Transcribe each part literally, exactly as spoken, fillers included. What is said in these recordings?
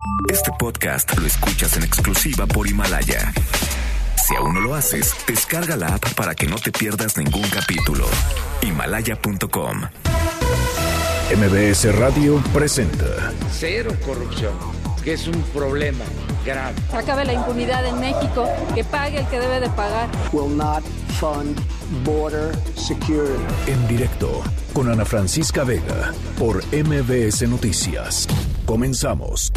Este podcast lo escuchas en exclusiva por Himalaya. Si aún no lo haces, descarga la app para que no te pierdas ningún capítulo. Himalaya punto com. M B S Radio presenta Cero corrupción, que es un problema grave. Acabe la impunidad en México, que pague el que debe de pagar. Will not fund border security. En directo con Ana Francisca Vega por M B S Noticias. Comenzamos.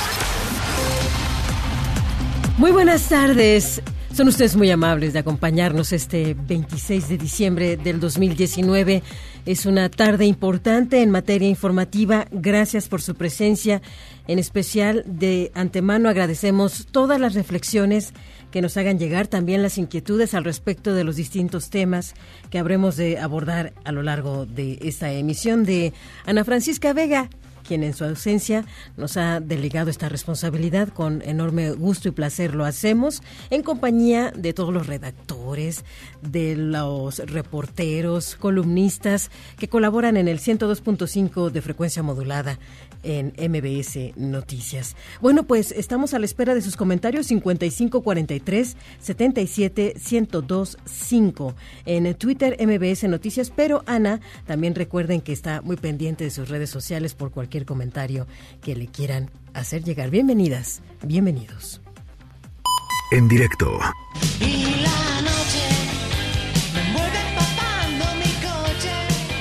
Muy buenas tardes. Son ustedes muy amables de acompañarnos este veintiséis de diciembre del dos mil diecinueve. Es una tarde importante en materia informativa. Gracias por su presencia. En especial, de antemano agradecemos todas las reflexiones que nos hagan llegar, también las inquietudes al respecto de los distintos temas que habremos de abordar a lo largo de esta emisión de Ana Francisca Vega, quien en su ausencia nos ha delegado esta responsabilidad. Con enorme gusto y placer lo hacemos, en compañía de todos los redactores, de los reporteros, columnistas que colaboran en el ciento dos punto cinco de frecuencia modulada en M B S Noticias. Bueno, pues estamos a la espera de sus comentarios. Cincuenta y cinco cuarenta y tres setenta y siete ciento dos cinco en Twitter, M B S Noticias. Pero Ana, también recuerden que está muy pendiente de sus redes sociales por cualquier comentario que le quieran hacer llegar. Bienvenidas, bienvenidos. En directo. Y la noche me envuelve empapando mi coche,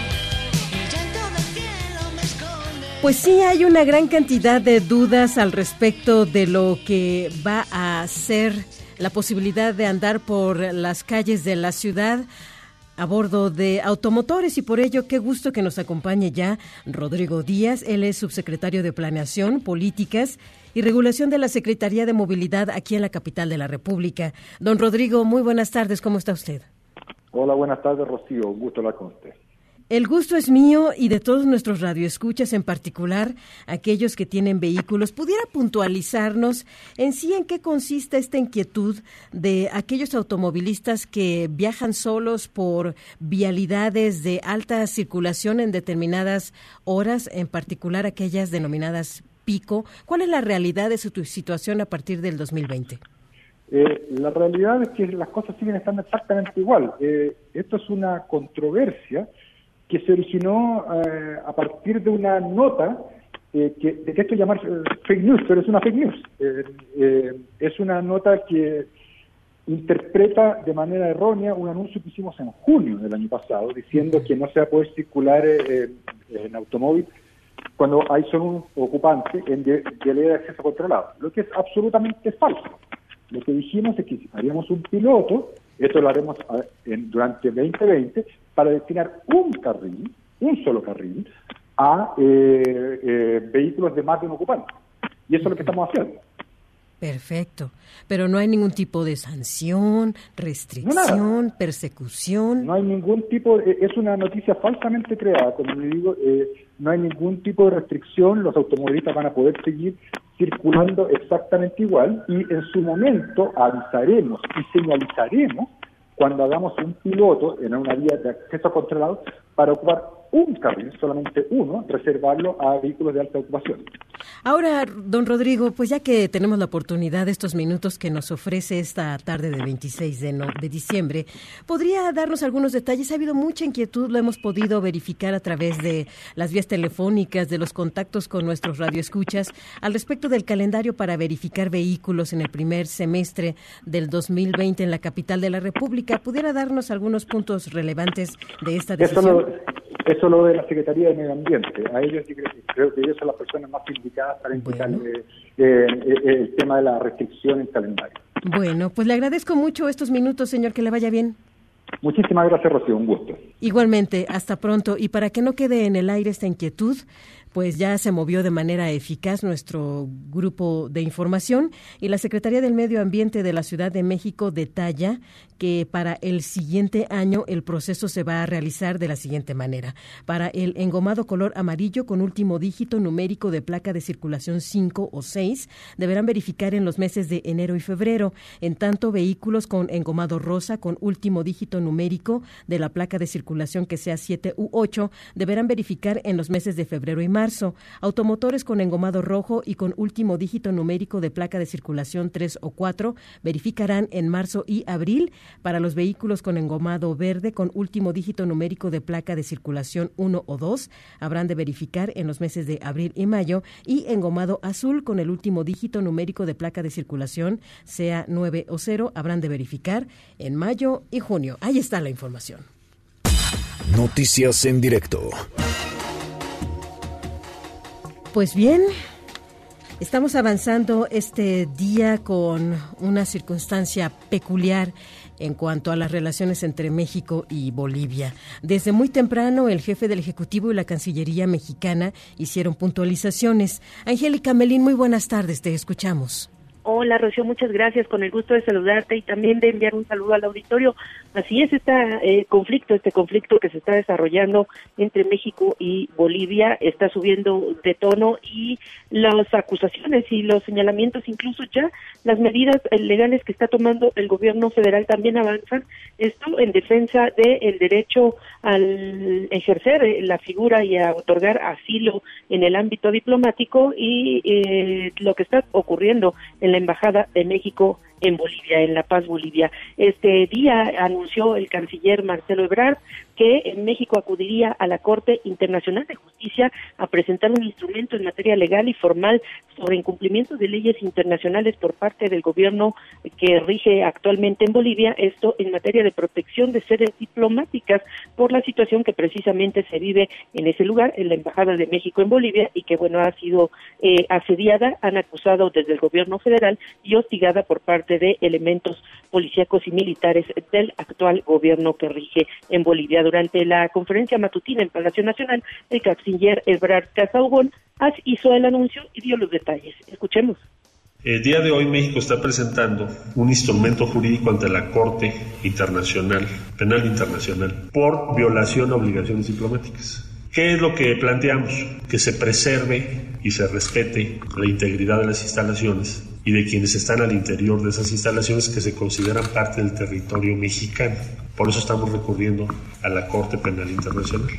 el llanto del cielo me esconde. Pues sí, hay una gran cantidad de dudas al respecto de lo que va a ser la posibilidad de andar por las calles de la ciudad a bordo de automotores, y por ello qué gusto que nos acompañe ya Rodrigo Díaz. Él es subsecretario de Planeación, Políticas y Regulación de la Secretaría de Movilidad aquí en la capital de la República. Don Rodrigo, muy buenas tardes, ¿cómo está usted? Hola, buenas tardes, Rocío, un gusto hablar con usted. El gusto es mío y de todos nuestros radioescuchas, en particular aquellos que tienen vehículos. ¿Pudiera puntualizarnos en sí en qué consiste esta inquietud de aquellos automovilistas que viajan solos por vialidades de alta circulación en determinadas horas, en particular aquellas denominadas pico? ¿Cuál es la realidad de su situación a partir del dos mil veinte? Eh, la realidad es que las cosas siguen estando exactamente igual. Eh, esto es una controversia que se originó eh, a partir de una nota eh, que detesto llamar eh, fake news, pero es una fake news. Eh, eh, es una nota que interpreta de manera errónea un anuncio que hicimos en junio del año pasado, diciendo que no se va a poder circular eh, en automóvil cuando hay solo un ocupante en vialidad de acceso controlado, lo que es absolutamente falso. Lo que dijimos es que haríamos un piloto, esto lo haremos en, durante veinte veinte, para destinar un carril, un solo carril, a eh, eh, vehículos de más de un ocupante. Y eso es lo que estamos haciendo. Perfecto. Pero no hay ningún tipo de sanción, restricción, no, persecución. No hay ningún tipo, de, es una noticia falsamente creada, como le digo, eh, no hay ningún tipo de restricción, los automovilistas van a poder seguir circulando exactamente igual, y en su momento avisaremos y señalizaremos cuando hagamos un piloto en una vía de acceso controlado para ocupar un carril, solamente uno, reservarlo a vehículos de alta ocupación. Ahora, don Rodrigo, pues ya que tenemos la oportunidad de estos minutos que nos ofrece esta tarde de veintiséis de, no, de diciembre, ¿podría darnos algunos detalles? Ha habido mucha inquietud, lo hemos podido verificar a través de las vías telefónicas, de los contactos con nuestros radioescuchas, al respecto del calendario para verificar vehículos en el primer semestre del dos mil veinte en la capital de la República. ¿Pudiera darnos algunos puntos relevantes de esta decisión? Eso lo, eso lo de la Secretaría de Medio Ambiente. A ellos yo creo, creo que ellos son las personas más indicadas para indicar bueno. eh, eh, eh, el tema de la restricción en calendario. Bueno, pues le agradezco mucho estos minutos, señor, que le vaya bien. Muchísimas gracias, Rocío, un gusto. Igualmente, hasta pronto. Y para que no quede en el aire esta inquietud, pues ya se movió de manera eficaz nuestro grupo de información, y la Secretaría del Medio Ambiente de la Ciudad de México detalla que para el siguiente año el proceso se va a realizar de la siguiente manera. Para el engomado color amarillo con último dígito numérico de placa de circulación cinco o seis, deberán verificar en los meses de enero y febrero. En tanto, vehículos con engomado rosa con último dígito numérico de la placa de circulación que sea siete u ocho deberán verificar en los meses de febrero y marzo. marzo. Automotores con engomado rojo y con último dígito numérico de placa de circulación tres o cuatro verificarán en marzo y abril. Para los vehículos con engomado verde con último dígito numérico de placa de circulación uno o dos, habrán de verificar en los meses de abril y mayo, y engomado azul con el último dígito numérico de placa de circulación, sea nueve o cero, habrán de verificar en mayo y junio. Ahí está la información. Noticias en directo. Pues bien, estamos avanzando este día con una circunstancia peculiar en cuanto a las relaciones entre México y Bolivia. Desde muy temprano, el jefe del Ejecutivo y la Cancillería mexicana hicieron puntualizaciones. Angélica Melín, muy buenas tardes, te escuchamos. Hola, Rocío, muchas gracias, con el gusto de saludarte y también de enviar un saludo al auditorio. Así es, este eh, conflicto, este conflicto que se está desarrollando entre México y Bolivia está subiendo de tono, y las acusaciones y los señalamientos, incluso ya las medidas legales que está tomando el gobierno federal también avanzan, esto en defensa del derecho al ejercer la figura y a otorgar asilo en el ámbito diplomático, y eh, lo que está ocurriendo en la Embajada de México en Bolivia, en La Paz, Bolivia. Este día anunció el canciller Marcelo Ebrard que en México acudiría a la Corte Internacional de Justicia a presentar un instrumento en materia legal y formal sobre incumplimiento de leyes internacionales por parte del gobierno que rige actualmente en Bolivia, esto en materia de protección de sedes diplomáticas por la situación que precisamente se vive en ese lugar, en la Embajada de México en Bolivia, y que, bueno, ha sido eh, asediada, han acusado desde el gobierno federal y hostigada por parte de elementos policíacos y militares del actual gobierno que rige en Bolivia. Durante la conferencia matutina en Palacio Nacional, el canciller Ebrard Casaubon hizo el anuncio y dio los detalles. Escuchemos. El día de hoy México está presentando un instrumento jurídico ante la Corte Internacional, Penal Internacional, por violación a obligaciones diplomáticas. ¿Qué es lo que planteamos? Que se preserve y se respete la integridad de las instalaciones y de quienes están al interior de esas instalaciones que se consideran parte del territorio mexicano. Por eso estamos recurriendo a la Corte Penal Internacional.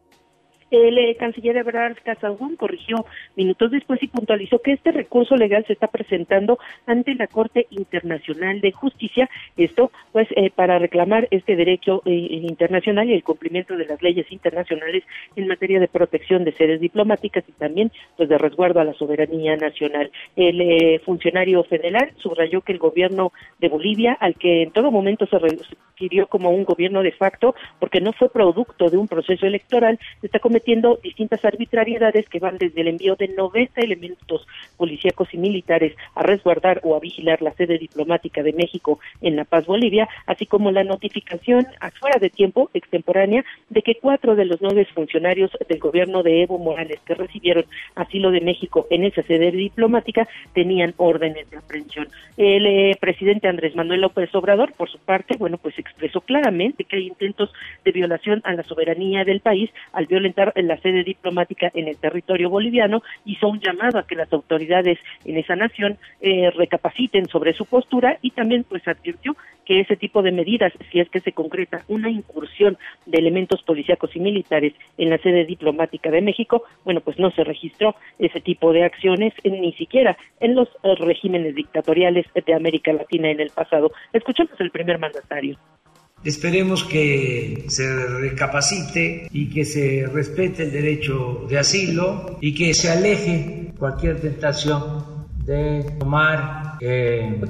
El eh, canciller Ebrard Casaubon corrigió minutos después y puntualizó que este recurso legal se está presentando ante la Corte Internacional de Justicia, esto pues eh, para reclamar este derecho eh, internacional y el cumplimiento de las leyes internacionales en materia de protección de sedes diplomáticas y también pues de resguardo a la soberanía nacional. El eh, funcionario federal subrayó que el gobierno de Bolivia, al que en todo momento se refirió como un gobierno de facto porque no fue producto de un proceso electoral, está cometiendo distintas arbitrariedades que van desde el envío de noventa elementos policíacos y militares a resguardar o a vigilar la sede diplomática de México en La Paz, Bolivia, así como la notificación afuera de tiempo, extemporánea, de que cuatro de los nueve funcionarios del gobierno de Evo Morales que recibieron asilo de México en esa sede diplomática tenían órdenes de aprehensión. El eh, presidente Andrés Manuel López Obrador, por su parte, bueno, pues expresó claramente que hay intentos de violación a la soberanía del país al violentar en la sede diplomática en el territorio boliviano, hizo un llamado a que las autoridades en esa nación eh, recapaciten sobre su postura y también pues advirtió que ese tipo de medidas, si es que se concreta una incursión de elementos policíacos y militares en la sede diplomática de México, bueno, pues no se registró ese tipo de acciones eh, ni siquiera en los eh, regímenes dictatoriales de América Latina en el pasado. Escuchemos al primer mandatario. Esperemos que se recapacite y que se respete el derecho de asilo y que se aleje cualquier tentación de tomar eh,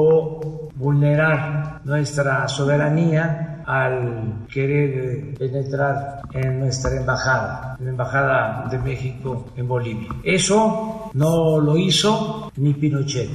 o vulnerar nuestra soberanía al querer penetrar en nuestra embajada, en la Embajada de México en Bolivia. Eso no lo hizo ni Pinochet.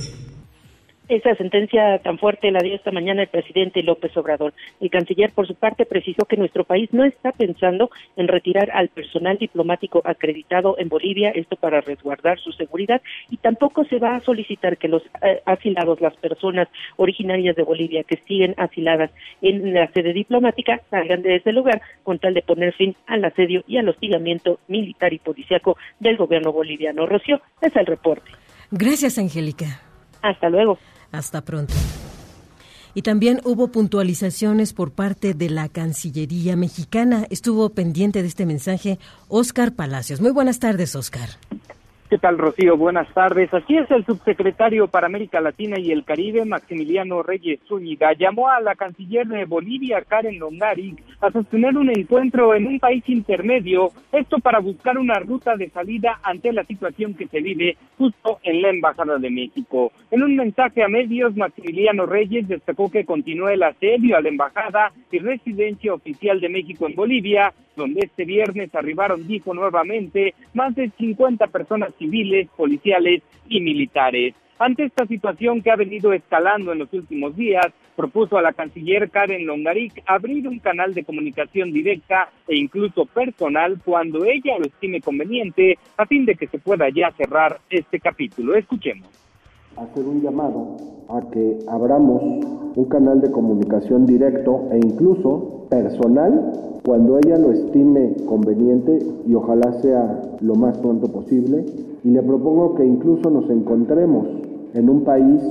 Esa sentencia tan fuerte la dio esta mañana el presidente López Obrador. El canciller, por su parte, precisó que nuestro país no está pensando en retirar al personal diplomático acreditado en Bolivia, esto para resguardar su seguridad, y tampoco se va a solicitar que los eh, asilados, las personas originarias de Bolivia que siguen asiladas en la sede diplomática, salgan de ese lugar con tal de poner fin al asedio y al hostigamiento militar y policiaco del gobierno boliviano. Rocío, es el reporte. Gracias, Angélica. Hasta luego. Hasta pronto. Y también hubo puntualizaciones por parte de la Cancillería mexicana. Estuvo pendiente de este mensaje Óscar Palacios. Muy buenas tardes, Óscar. ¿Qué tal, Rocío? Buenas tardes. Así es, el subsecretario para América Latina y el Caribe, Maximiliano Reyes Zúñiga, llamó a la canciller de Bolivia, Karen Longari, a sostener un encuentro en un país intermedio, esto para buscar una ruta de salida ante la situación que se vive justo en la Embajada de México. En un mensaje a medios, Maximiliano Reyes destacó que continúa el asedio a la Embajada y residencia oficial de México en Bolivia, donde este viernes arribaron, dijo nuevamente, más de cincuenta personas civiles, policiales y militares. Ante esta situación que ha venido escalando en los últimos días, propuso a la canciller Karen Longari abrir un canal de comunicación directa e incluso personal cuando ella lo estime conveniente, a fin de que se pueda ya cerrar este capítulo. Escuchemos. Hacer un llamado a que abramos un canal de comunicación directo e incluso personal cuando ella lo estime conveniente y ojalá sea lo más pronto posible. Y le propongo que incluso nos encontremos en un país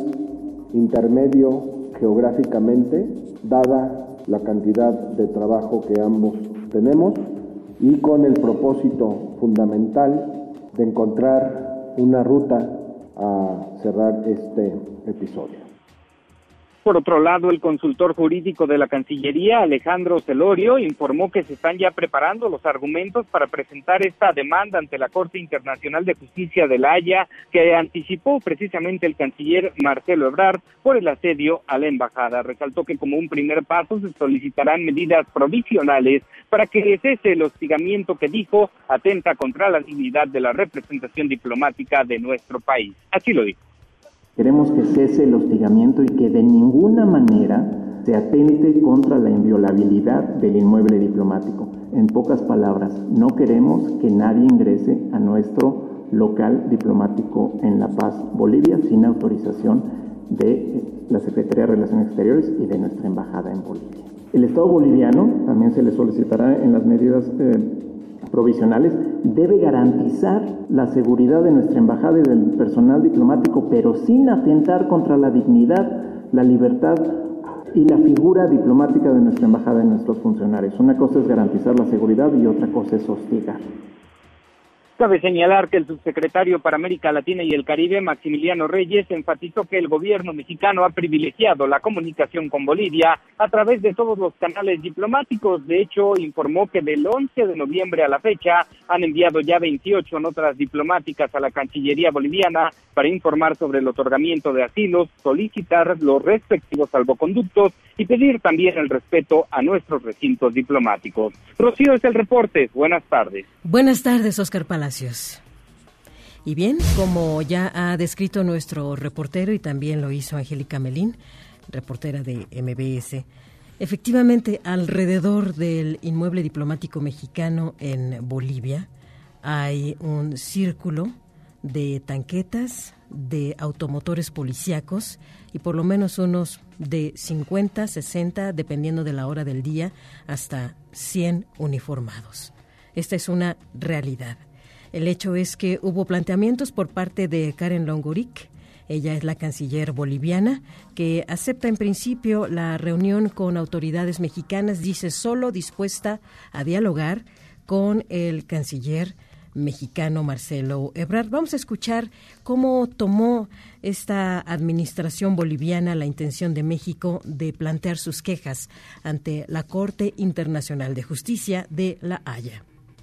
intermedio geográficamente, dada la cantidad de trabajo que ambos tenemos, y con el propósito fundamental de encontrar una ruta a cerrar este episodio. Por otro lado, el consultor jurídico de la Cancillería, Alejandro Celorio, informó que se están ya preparando los argumentos para presentar esta demanda ante la Corte Internacional de Justicia de La Haya, que anticipó precisamente el canciller Marcelo Ebrard por el asedio a la embajada. Resaltó que como un primer paso se solicitarán medidas provisionales para que cese el hostigamiento que dijo atenta contra la dignidad de la representación diplomática de nuestro país. Así lo dijo. Queremos que cese el hostigamiento y que de ninguna manera se atente contra la inviolabilidad del inmueble diplomático. En pocas palabras, no queremos que nadie ingrese a nuestro local diplomático en La Paz, Bolivia, sin autorización de la Secretaría de Relaciones Exteriores y de nuestra embajada en Bolivia. El Estado boliviano, también se le solicitará en las medidas eh, provisionales, debe garantizar la seguridad de nuestra embajada y del personal diplomático, pero sin atentar contra la dignidad, la libertad y la figura diplomática de nuestra embajada y de nuestros funcionarios. Una cosa es garantizar la seguridad y otra cosa es hostigar. Cabe señalar que el subsecretario para América Latina y el Caribe, Maximiliano Reyes, enfatizó que el gobierno mexicano ha privilegiado la comunicación con Bolivia a través de todos los canales diplomáticos. De hecho, informó que del once de noviembre a la fecha han enviado ya veintiocho notas diplomáticas a la Cancillería boliviana para informar sobre el otorgamiento de asilos, solicitar los respectivos salvoconductos y pedir también el respeto a nuestros recintos diplomáticos. Rocío, es el reporte. Buenas tardes. Buenas tardes, Óscar Palacios. Y bien, como ya ha descrito nuestro reportero y también lo hizo Angélica Melín, reportera de M B S, efectivamente alrededor del inmueble diplomático mexicano en Bolivia hay un círculo de tanquetas, de automotores policíacos y por lo menos unos de cincuenta, sesenta, dependiendo de la hora del día, hasta cien uniformados. Esta es una realidad. El hecho es que hubo planteamientos por parte de Karen Longari. Ella es la canciller boliviana, que acepta en principio la reunión con autoridades mexicanas, dice solo dispuesta a dialogar con el canciller mexicano Marcelo Ebrard. Vamos a escuchar cómo tomó esta administración boliviana la intención de México de plantear sus quejas ante la Corte Internacional de Justicia de La Haya.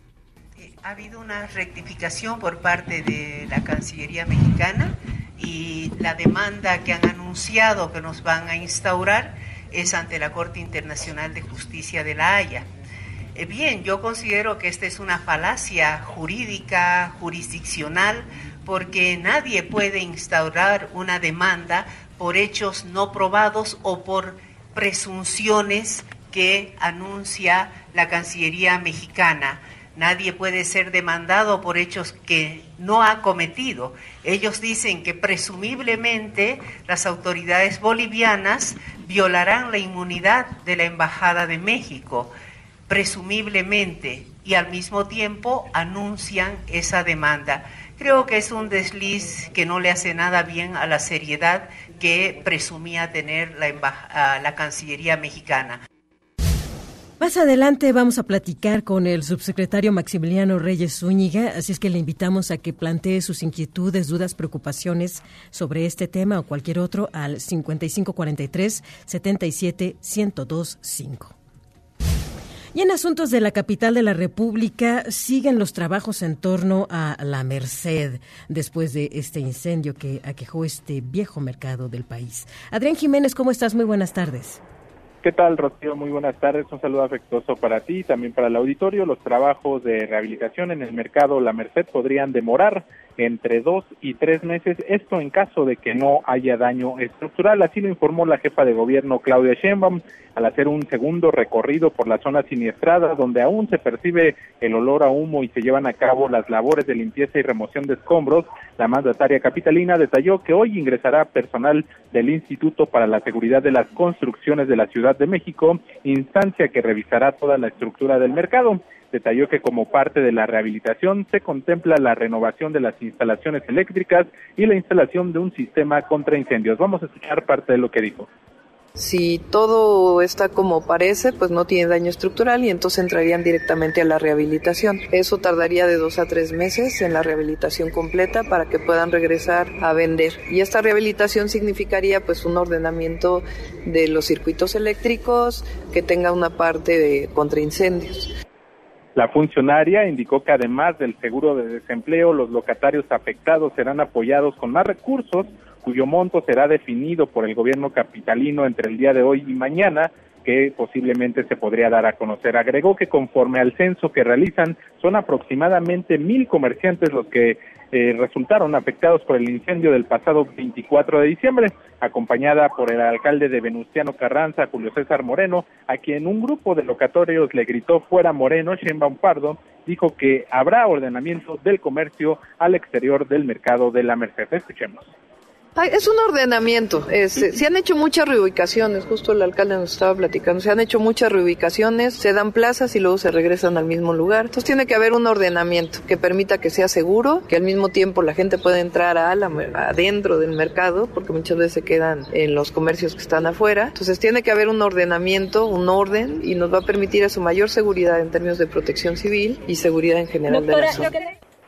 Ha habido una rectificación por parte de la Cancillería mexicana y la demanda que han anunciado que nos van a instaurar es ante la Corte Internacional de Justicia de La Haya. Eh, bien, yo considero que esta es una falacia jurídica, jurisdiccional, porque nadie puede instaurar una demanda por hechos no probados o por presunciones que anuncia la Cancillería mexicana. Nadie puede ser demandado por hechos que no ha cometido. Ellos dicen que presumiblemente las autoridades bolivianas violarán la inmunidad de la Embajada de México, presumiblemente, y al mismo tiempo anuncian esa demanda. Creo que es un desliz que no le hace nada bien a la seriedad que presumía tener la, embaj- la Cancillería mexicana. Más adelante vamos a platicar con el subsecretario Maximiliano Reyes Zúñiga, así es que le invitamos a que plantee sus inquietudes, dudas, preocupaciones sobre este tema o cualquier otro al cincuenta y cinco cuarenta y tres setenta y siete ciento dos cinco. Y en asuntos de la capital de la República, siguen los trabajos en torno a La Merced después de este incendio que aquejó este viejo mercado del país. Adrián Jiménez, ¿cómo estás? Muy buenas tardes. ¿Qué tal, Rocío? Muy buenas tardes. Un saludo afectuoso para ti y también para el auditorio. Los trabajos de rehabilitación en el mercado La Merced podrían demorar entre dos y tres meses, esto en caso de que no haya daño estructural. Así lo informó la jefa de gobierno, Claudia Sheinbaum, al hacer un segundo recorrido por la zona siniestrada, donde aún se percibe el olor a humo y se llevan a cabo las labores de limpieza y remoción de escombros. La mandataria capitalina detalló que hoy ingresará personal del Instituto para la Seguridad de las Construcciones de la Ciudad de México, instancia que revisará toda la estructura del mercado. Detalló que como parte de la rehabilitación se contempla la renovación de las instalaciones eléctricas y la instalación de un sistema contra incendios. Vamos a escuchar parte de lo que dijo. Si todo está como parece, pues no tiene daño estructural y entonces entrarían directamente a la rehabilitación. Eso tardaría de dos a tres meses en la rehabilitación completa para que puedan regresar a vender. Y esta rehabilitación significaría pues un ordenamiento de los circuitos eléctricos que tenga una parte de contraincendios. La funcionaria indicó que además del seguro de desempleo, los locatarios afectados serán apoyados con más recursos, cuyo monto será definido por el gobierno capitalino entre el día de hoy y mañana, que posiblemente se podría dar a conocer. Agregó que conforme al censo que realizan, son aproximadamente mil comerciantes los que eh, resultaron afectados por el incendio del pasado veinticuatro de diciembre, acompañada por el alcalde de Venustiano Carranza, Julio César Moreno, a quien un grupo de locatorios le gritó fuera Moreno. Sheinbaum Pardo dijo que habrá ordenamiento del comercio al exterior del mercado de La Merced. Escuchemos. Es un ordenamiento, es, se han hecho muchas reubicaciones, justo el alcalde nos estaba platicando, se han hecho muchas reubicaciones, se dan plazas y luego se regresan al mismo lugar. Entonces tiene que haber un ordenamiento que permita que sea seguro, que al mismo tiempo la gente pueda entrar a la, adentro del mercado, porque muchas veces se quedan en los comercios que están afuera. Entonces tiene que haber un ordenamiento, un orden, y nos va a permitir a su mayor seguridad en términos de protección civil y seguridad en general. Doctora, de la zona.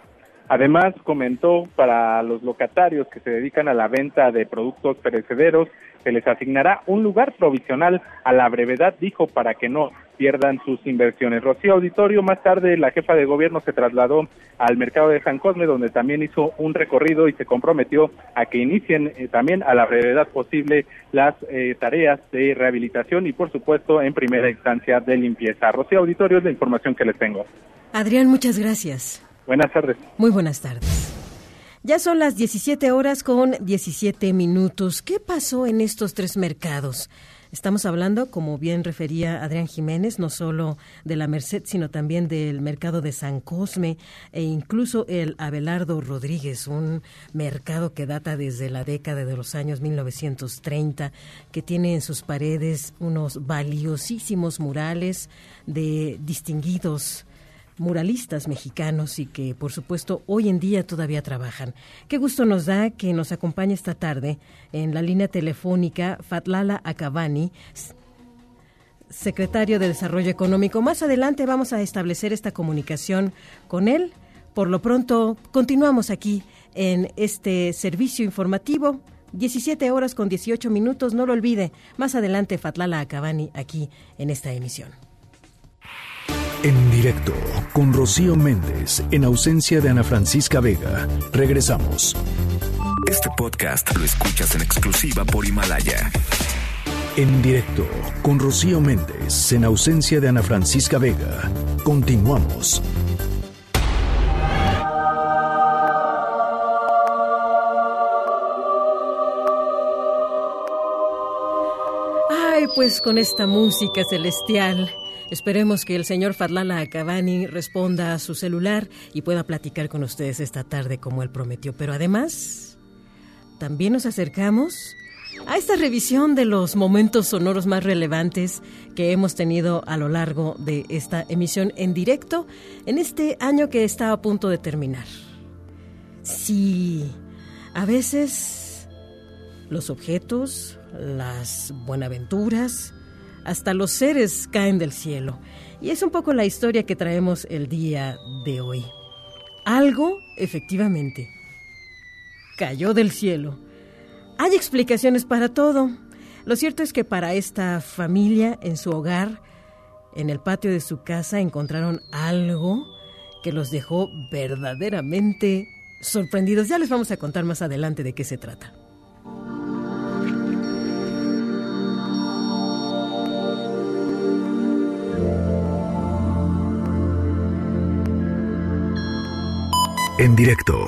Además, comentó para los locatarios que se dedican a la venta de productos perecederos, se les asignará un lugar provisional a la brevedad, dijo, para que no pierdan sus inversiones. Rocío Auditorio, más tarde la jefa de gobierno se trasladó al mercado de San Cosme, donde también hizo un recorrido y se comprometió a que inicien eh, también a la brevedad posible las eh, tareas de rehabilitación y, por supuesto, en primera instancia de limpieza. Rocío Auditorio, es la información que les tengo. Adrián, muchas gracias. Buenas tardes. Muy buenas tardes. Ya son las diecisiete horas con diecisiete minutos. ¿Qué pasó en estos tres mercados? Estamos hablando, como bien refería Adrián Jiménez, no solo de La Merced, sino también del mercado de San Cosme e incluso el Abelardo Rodríguez, un mercado que data desde la década de los años mil novecientos treinta, que tiene en sus paredes unos valiosísimos murales de distinguidos muralistas mexicanos y que, por supuesto, hoy en día todavía trabajan. Qué gusto nos da que nos acompañe esta tarde en la línea telefónica Fatlala Akabani, secretario de Desarrollo Económico. Más adelante vamos a establecer esta comunicación con él. Por lo pronto, continuamos aquí en este servicio informativo. diecisiete horas con dieciocho minutos, no lo olvide. Más adelante, Fatlala Akabani aquí en esta emisión. En directo, con Rocío Méndez, en ausencia de Ana Francisca Vega. Regresamos. Este podcast lo escuchas en exclusiva por Himalaya. En directo, con Rocío Méndez, en ausencia de Ana Francisca Vega. Continuamos. Ay, pues con esta música celestial, esperemos que el señor Fatlala Akabani responda a su celular y pueda platicar con ustedes esta tarde como él prometió. Pero además, también nos acercamos a esta revisión de los momentos sonoros más relevantes que hemos tenido a lo largo de esta emisión en directo en este año que está a punto de terminar. Sí, a veces los objetos, las buenaventuras, hasta los seres caen del cielo. Y es un poco la historia que traemos el día de hoy. Algo, efectivamente, cayó del cielo. Hay explicaciones para todo. Lo cierto es que para esta familia, en su hogar, en el patio de su casa, encontraron algo que los dejó verdaderamente sorprendidos. Ya les vamos a contar más adelante de qué se trata. En directo.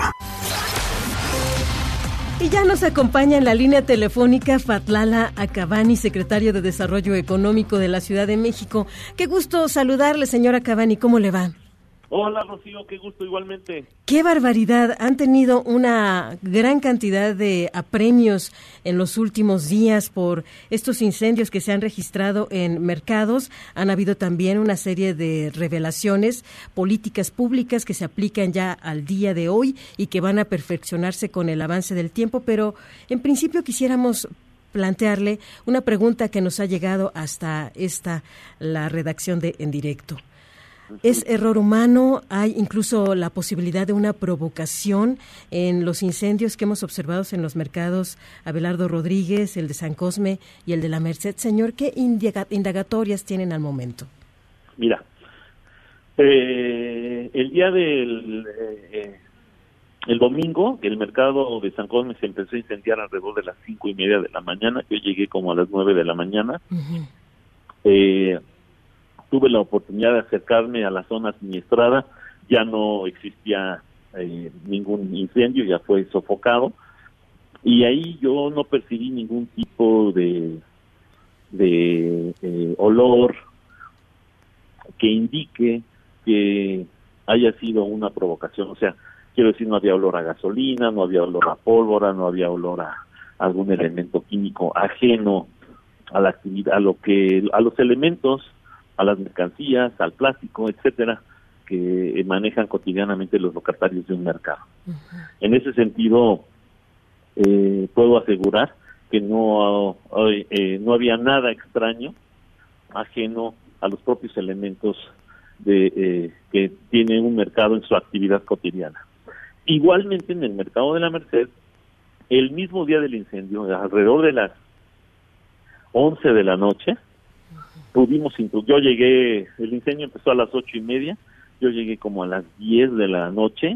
Y ya nos acompaña en la línea telefónica Fatlala Akabani, secretario de Desarrollo Económico de la Ciudad de México. Qué gusto saludarle, señora Akabani. ¿Cómo le va? Hola, Rocío, qué gusto igualmente. ¡Qué barbaridad! Han tenido una gran cantidad de apremios en los últimos días por estos incendios que se han registrado en mercados. Han habido también una serie de revelaciones, políticas públicas que se aplican ya al día de hoy y que van a perfeccionarse con el avance del tiempo, pero en principio quisiéramos plantearle una pregunta que nos ha llegado hasta esta, la redacción de En Directo. ¿Es error humano? ¿Hay incluso la posibilidad de una provocación en los incendios que hemos observado en los mercados Abelardo Rodríguez, el de San Cosme y el de la Merced? Señor, ¿qué indaga- indagatorias tienen al momento? Mira, eh, el día del eh, el domingo, el mercado de San Cosme se empezó a incendiar alrededor de las cinco y media de la mañana. Yo llegué como a las nueve de la mañana. Uh-huh. Eh, tuve la oportunidad de acercarme a la zona siniestrada, ya no existía eh, ningún incendio, ya fue sofocado, y ahí yo no percibí ningún tipo de, de eh, olor que indique que haya sido una provocación. O sea, quiero decir, no había olor a gasolina, no había olor a pólvora, no había olor a algún elemento químico ajeno a la actividad, a lo que, a los elementos, a las mercancías, al plástico, etcétera, que manejan cotidianamente los locatarios de un mercado. Uh-huh. En ese sentido, eh, puedo asegurar que no, eh, no había nada extraño, ajeno a los propios elementos de eh, que tiene un mercado en su actividad cotidiana. Igualmente, en el mercado de la Merced, el mismo día del incendio, alrededor de las once de la noche, pudimos, yo llegué, el incendio empezó a las ocho y media, yo llegué como a las diez de la noche.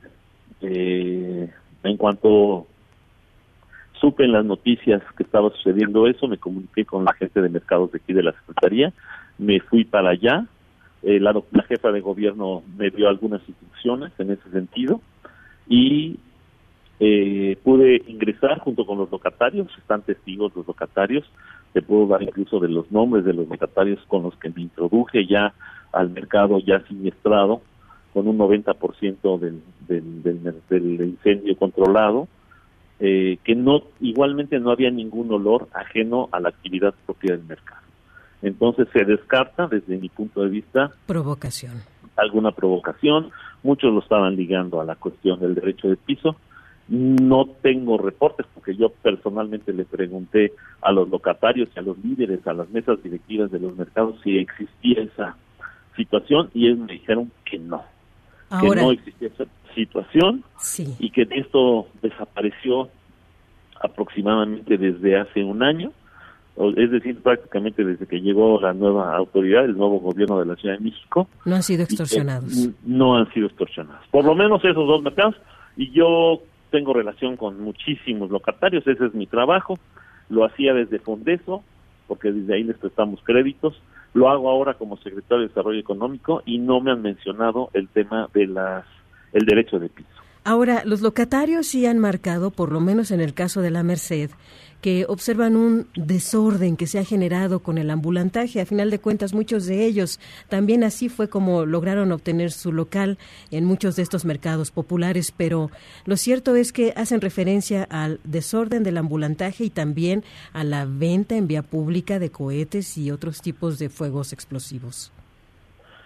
Eh, en cuanto supe en las noticias que estaba sucediendo eso, me comuniqué con la gente de mercados de aquí de la Secretaría, me fui para allá, eh, la, la jefa de gobierno me dio algunas instrucciones en ese sentido, y eh, pude ingresar junto con los locatarios, están testigos los locatarios, te puedo dar incluso de los nombres de los locatarios con los que me introduje ya al mercado ya siniestrado, con un noventa por ciento del, del, del, del incendio controlado, eh, que no igualmente no había ningún olor ajeno a la actividad propia del mercado. Entonces se descarta, desde mi punto de vista, provocación. Alguna provocación. Muchos lo estaban ligando a la cuestión del derecho de piso. No tengo reportes porque yo personalmente le pregunté a los locatarios y a los líderes, a las mesas directivas de los mercados si existía esa situación, y ellos me dijeron que no, Ahora, que no existía esa situación, sí. Y que esto desapareció aproximadamente desde hace un año, es decir, prácticamente desde que llegó la nueva autoridad, el nuevo gobierno de la Ciudad de México. No han sido extorsionados. No han sido extorsionados. Por lo menos esos dos mercados, y yo tengo relación con muchísimos locatarios, ese es mi trabajo, lo hacía desde Fondeso, porque desde ahí les prestamos créditos, lo hago ahora como secretario de Desarrollo Económico y no me han mencionado el tema de las el derecho de piso. Ahora, los locatarios sí han marcado, por lo menos en el caso de la Merced, que observan un desorden que se ha generado con el ambulantaje. A final de cuentas, muchos de ellos también así fue como lograron obtener su local en muchos de estos mercados populares, pero lo cierto es que hacen referencia al desorden del ambulantaje y también a la venta en vía pública de cohetes y otros tipos de fuegos explosivos.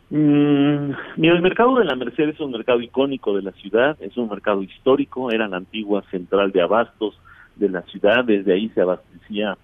Mm, mira, el mercado de la Merced es un mercado icónico de la ciudad, es un mercado histórico, era la antigua central de abastos de la ciudad, desde ahí se abastecía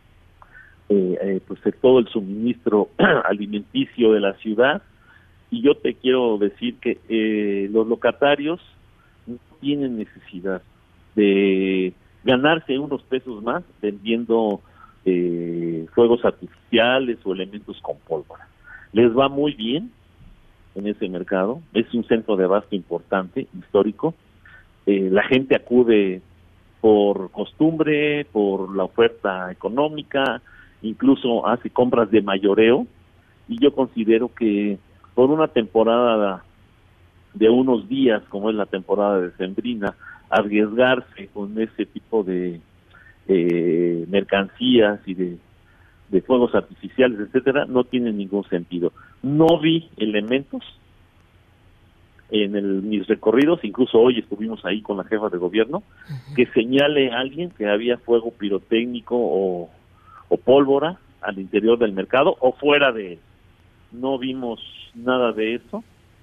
eh, eh, pues de todo el suministro alimenticio de la ciudad, y yo te quiero decir que eh, los locatarios no tienen necesidad de ganarse unos pesos más vendiendo eh, fuegos artificiales o elementos con pólvora. Les va muy bien en ese mercado, es un centro de abasto importante, histórico, eh, la gente acude por costumbre, por la oferta económica, incluso hace compras de mayoreo, y yo considero que por una temporada de unos días, como es la temporada decembrina, arriesgarse con ese tipo de eh, mercancías y de de fuegos artificiales, etcétera, no tiene ningún sentido. No vi elementos en el, mis recorridos, incluso hoy estuvimos ahí con la jefa de gobierno, uh-huh. que señale a alguien que había fuego pirotécnico o, o pólvora al interior del mercado o fuera de él. No vimos nada de eso.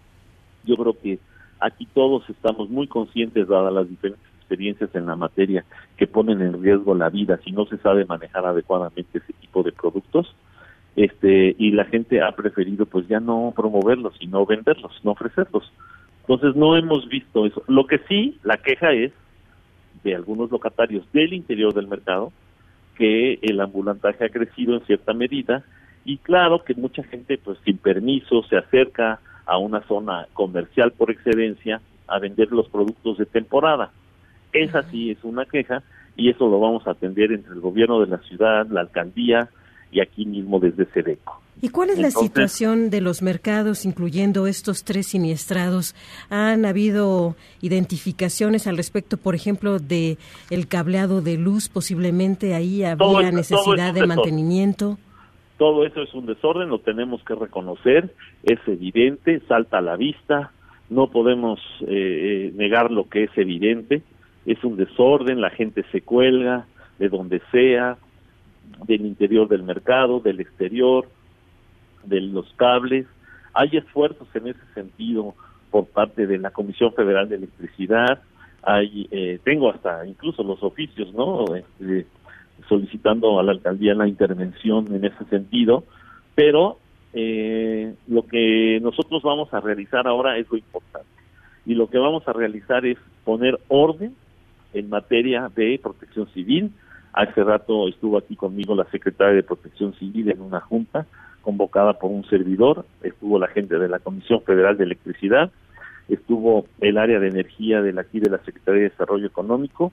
Yo creo que aquí todos estamos muy conscientes, dadas las diferentes experiencias en la materia, que ponen en riesgo la vida si no se sabe manejar adecuadamente ese tipo de productos, este y la gente ha preferido pues ya no promoverlos, sino venderlos, no ofrecerlos. Entonces no hemos visto eso. Lo que sí, la queja es de algunos locatarios del interior del mercado, que el ambulantaje ha crecido en cierta medida, y claro que mucha gente pues sin permiso se acerca a una zona comercial por excedencia a vender los productos de temporada. Esa sí es una queja, y eso lo vamos a atender entre el gobierno de la ciudad, la alcaldía y aquí mismo desde SEDECO. ¿Y cuál es Entonces, la situación de los mercados, incluyendo estos tres siniestrados? ¿Han habido identificaciones al respecto, por ejemplo, de el cableado de luz? Posiblemente ahí había todo, necesidad todo de mantenimiento. Todo eso es un desorden, lo tenemos que reconocer, es evidente, salta a la vista, no podemos eh, negar lo que es evidente. Es un desorden, la gente se cuelga de donde sea, del interior del mercado, del exterior, de los cables. Hay esfuerzos en ese sentido por parte de la Comisión Federal de Electricidad. Hay, eh, tengo hasta incluso los oficios, ¿no? Este, solicitando a la alcaldía la intervención en ese sentido, pero eh, lo que nosotros vamos a realizar ahora es lo importante. Y lo que vamos a realizar es poner orden en materia de protección civil. Hace rato estuvo aquí conmigo la secretaria de Protección Civil en una junta convocada por un servidor, estuvo la gente de la Comisión Federal de Electricidad, estuvo el área de energía de la, aquí de la Secretaría de Desarrollo Económico,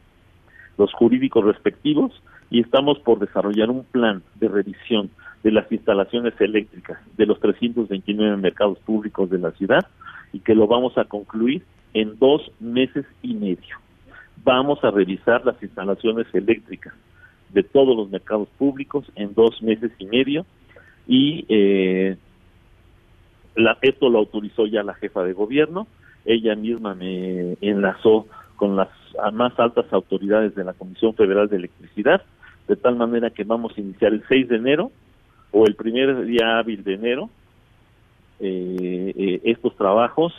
los jurídicos respectivos, y estamos por desarrollar un plan de revisión de las instalaciones eléctricas de los trescientos veintinueve mercados públicos de la ciudad, y que lo vamos a concluir en dos meses y medio. Vamos a revisar las instalaciones eléctricas de todos los mercados públicos en dos meses y medio, y eh, la, esto lo autorizó ya la jefa de gobierno. Ella misma me enlazó con las más altas autoridades de la Comisión Federal de Electricidad, de tal manera que vamos a iniciar el seis de enero o el primer día hábil de enero eh, eh, estos trabajos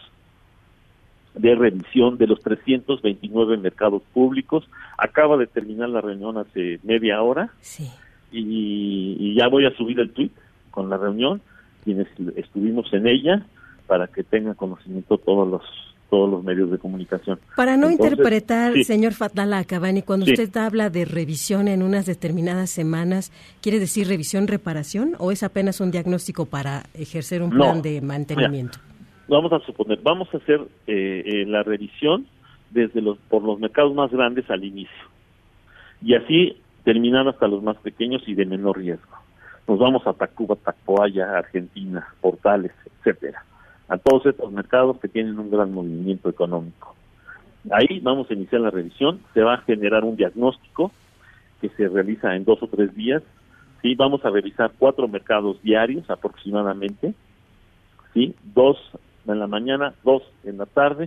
de revisión de los trescientos veintinueve mercados públicos. Acaba de terminar la reunión hace media hora, sí. y, y ya voy a subir el tweet con la reunión, quienes estuvimos en ella, para que tengan conocimiento todos los todos los medios de comunicación. Para no Entonces, interpretar, sí. señor Fatala Cabani, cuando Sí. usted habla de revisión en unas determinadas semanas, ¿quiere decir revisión, reparación, o es apenas un diagnóstico para ejercer un plan No. de mantenimiento? Mira, vamos a suponer, vamos a hacer eh, eh, la revisión desde los por los mercados más grandes al inicio, y así terminar hasta los más pequeños y de menor riesgo. Nos vamos a Tacuba, Tacpoaya, Argentina, Portales, etcétera, a todos estos mercados que tienen un gran movimiento económico. Ahí vamos a iniciar la revisión, se va a generar un diagnóstico que se realiza en dos o tres días. Sí, vamos a revisar cuatro mercados diarios aproximadamente, sí, dos en la mañana, dos en la tarde,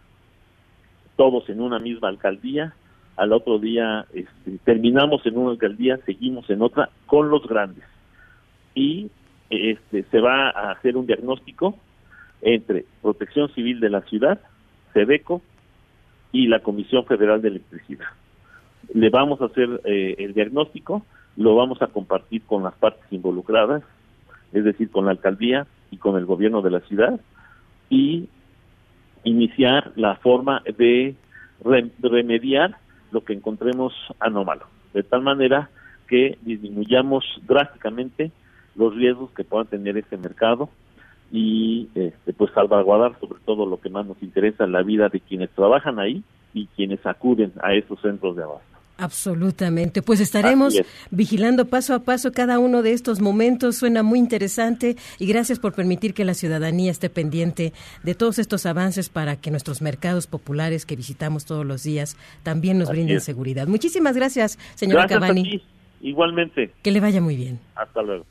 todos en una misma alcaldía. Al otro día este, terminamos en una alcaldía, seguimos en otra con los grandes, y este, se va a hacer un diagnóstico entre Protección Civil de la ciudad, SEDECO y la Comisión Federal de Electricidad. Le vamos a hacer eh, el diagnóstico, lo vamos a compartir con las partes involucradas, es decir, con la alcaldía y con el gobierno de la ciudad, y iniciar la forma de re- remediar lo que encontremos anómalo, de tal manera que disminuyamos drásticamente los riesgos que puedan tener ese mercado y este, pues salvaguardar sobre todo lo que más nos interesa, la vida de quienes trabajan ahí y quienes acuden a esos centros de abasto. Absolutamente, pues estaremos vigilando paso a paso cada uno de estos momentos. Suena muy interesante y gracias por permitir que la ciudadanía esté pendiente de todos estos avances para que nuestros mercados populares que visitamos todos los días también nos Así brinden es. seguridad. Muchísimas gracias, señora Gracias Cavani. A ti. Igualmente. Que le vaya muy bien. Hasta luego.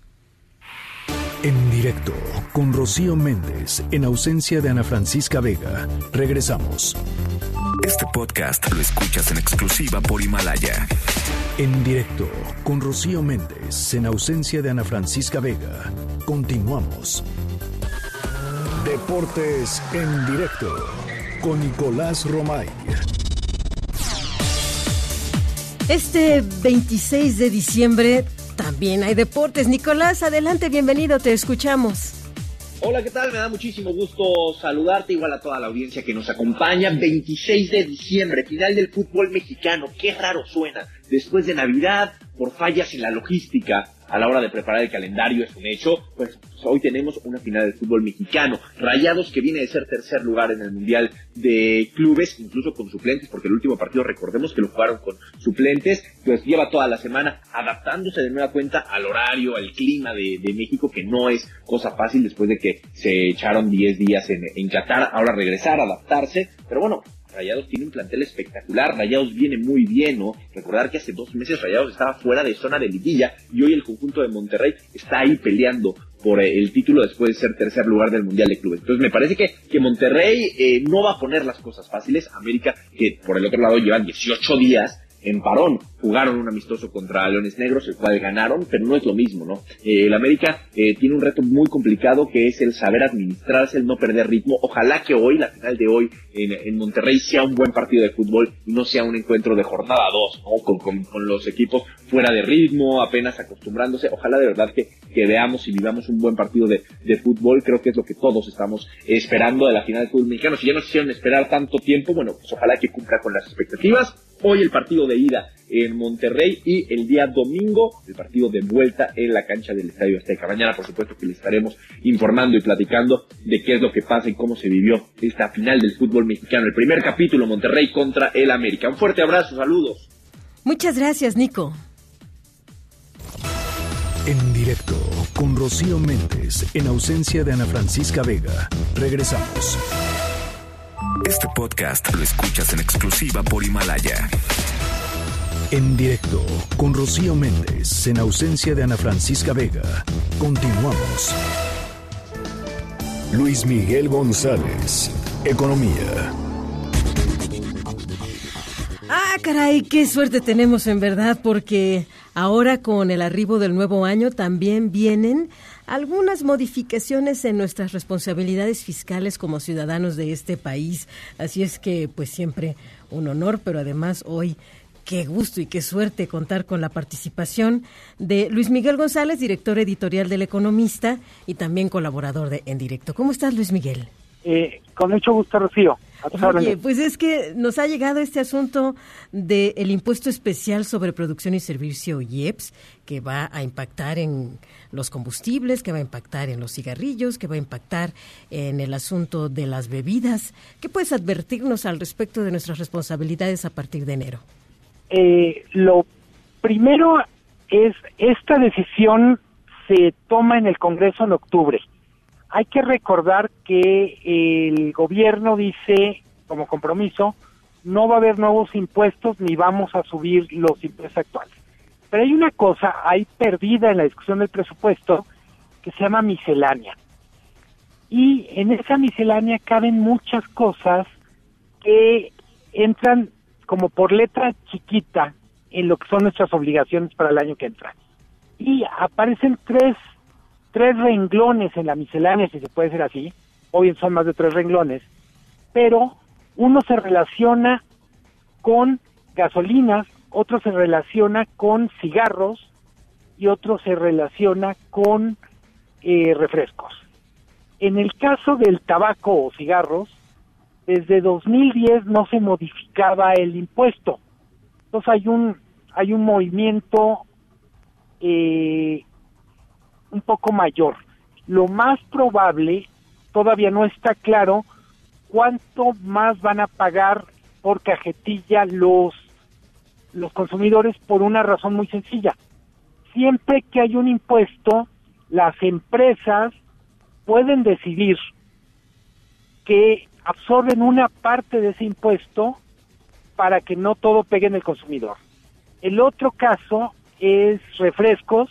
En directo con Rocío Méndez, en ausencia de Ana Francisca Vega. Regresamos. Este podcast lo escuchas en exclusiva por Himalaya. En directo con Rocío Méndez, en ausencia de Ana Francisca Vega. Continuamos. Deportes en directo con Nicolás Romay. Este veintiséis de diciembre también hay deportes. Nicolás, adelante, bienvenido, te escuchamos. Hola, ¿qué tal? Me da muchísimo gusto saludarte, igual a toda la audiencia que nos acompaña. veintiséis de diciembre, final del fútbol mexicano. Qué raro suena. Después de Navidad, por fallas en la logística a la hora de preparar el calendario, es un hecho, pues, pues hoy tenemos una final del fútbol mexicano. Rayados, que viene de ser tercer lugar en el Mundial de Clubes, incluso con suplentes, porque el último partido, recordemos que lo jugaron con suplentes, pues lleva toda la semana adaptándose de nueva cuenta al horario, al clima de, de México, que no es cosa fácil después de que se echaron diez días en, en Qatar, ahora regresar, adaptarse, pero bueno, Rayados tiene un plantel espectacular, Rayados viene muy bien, ¿no? Recordar que hace dos meses Rayados estaba fuera de zona de liguilla y hoy el conjunto de Monterrey está ahí peleando por eh, el título después de ser tercer lugar del Mundial de Clubes. Entonces me parece que, que Monterrey eh, no va a poner las cosas fáciles. América, que por el otro lado llevan dieciocho días en parón, jugaron un amistoso contra Leones Negros, el cual ganaron, pero no es lo mismo, ¿no? Eh, el América eh, tiene un reto muy complicado, que es el saber administrarse, el no perder ritmo. Ojalá que hoy, la final de hoy en, en Monterrey, sea un buen partido de fútbol y no sea un encuentro de jornada dos, ¿no? Con, con, con los equipos fuera de ritmo, apenas acostumbrándose. Ojalá de verdad que, que veamos y vivamos un buen partido de, de fútbol. Creo que es lo que todos estamos esperando de la final del fútbol mexicano. Si ya nos hicieron esperar tanto tiempo, bueno, pues ojalá que cumpla con las expectativas. Hoy el partido de ida en Monterrey y el día domingo el partido de vuelta en la cancha del Estadio Azteca. Mañana, por supuesto, que les estaremos informando y platicando de qué es lo que pasa y cómo se vivió esta final del fútbol mexicano. El primer capítulo, Monterrey contra el América. Un fuerte abrazo, saludos. Muchas gracias, Nico. En directo con Rocío Méndez, en ausencia de Ana Francisca Vega. Regresamos. Este podcast lo escuchas en exclusiva por Himalaya. En directo con Rocío Méndez, en ausencia de Ana Francisca Vega. Continuamos. Luis Miguel González, Economía. Ah, caray, qué suerte tenemos en verdad, porque ahora con el arribo del nuevo año también vienen algunas modificaciones en nuestras responsabilidades fiscales como ciudadanos de este país. Así es que, pues siempre un honor, pero además hoy qué gusto y qué suerte contar con la participación de Luis Miguel González, director editorial del Economista y también colaborador de En Directo. ¿Cómo estás, Luis Miguel? Eh, con mucho gusto, Rocío. Oye, pues es que nos ha llegado este asunto del impuesto especial sobre producción y servicio I E P S, que va a impactar en los combustibles, que va a impactar en los cigarrillos, que va a impactar en el asunto de las bebidas. ¿Qué puedes advertirnos al respecto de nuestras responsabilidades a partir de enero? Eh, lo primero es, esta decisión se toma en el Congreso en octubre. Hay que recordar que el gobierno dice, como compromiso, no va a haber nuevos impuestos ni vamos a subir los impuestos actuales. Pero hay una cosa ahí perdida en la discusión del presupuesto que se llama miscelánea. Y en esa miscelánea caben muchas cosas que entran como por letra chiquita en lo que son nuestras obligaciones para el año que entra. Y aparecen tres tres renglones en la miscelánea, si se puede decir así, o bien son más de tres renglones, pero uno se relaciona con gasolinas, otro se relaciona con cigarros y otro se relaciona con eh, refrescos. En el caso del tabaco o cigarros, desde dos mil diez no se modificaba el impuesto. Entonces hay un hay un movimiento eh, un poco mayor. Lo más probable, todavía no está claro cuánto más van a pagar por cajetilla los los consumidores, por una razón muy sencilla. Siempre que hay un impuesto, las empresas pueden decidir que absorben una parte de ese impuesto para que no todo pegue en el consumidor. El otro caso es refrescos,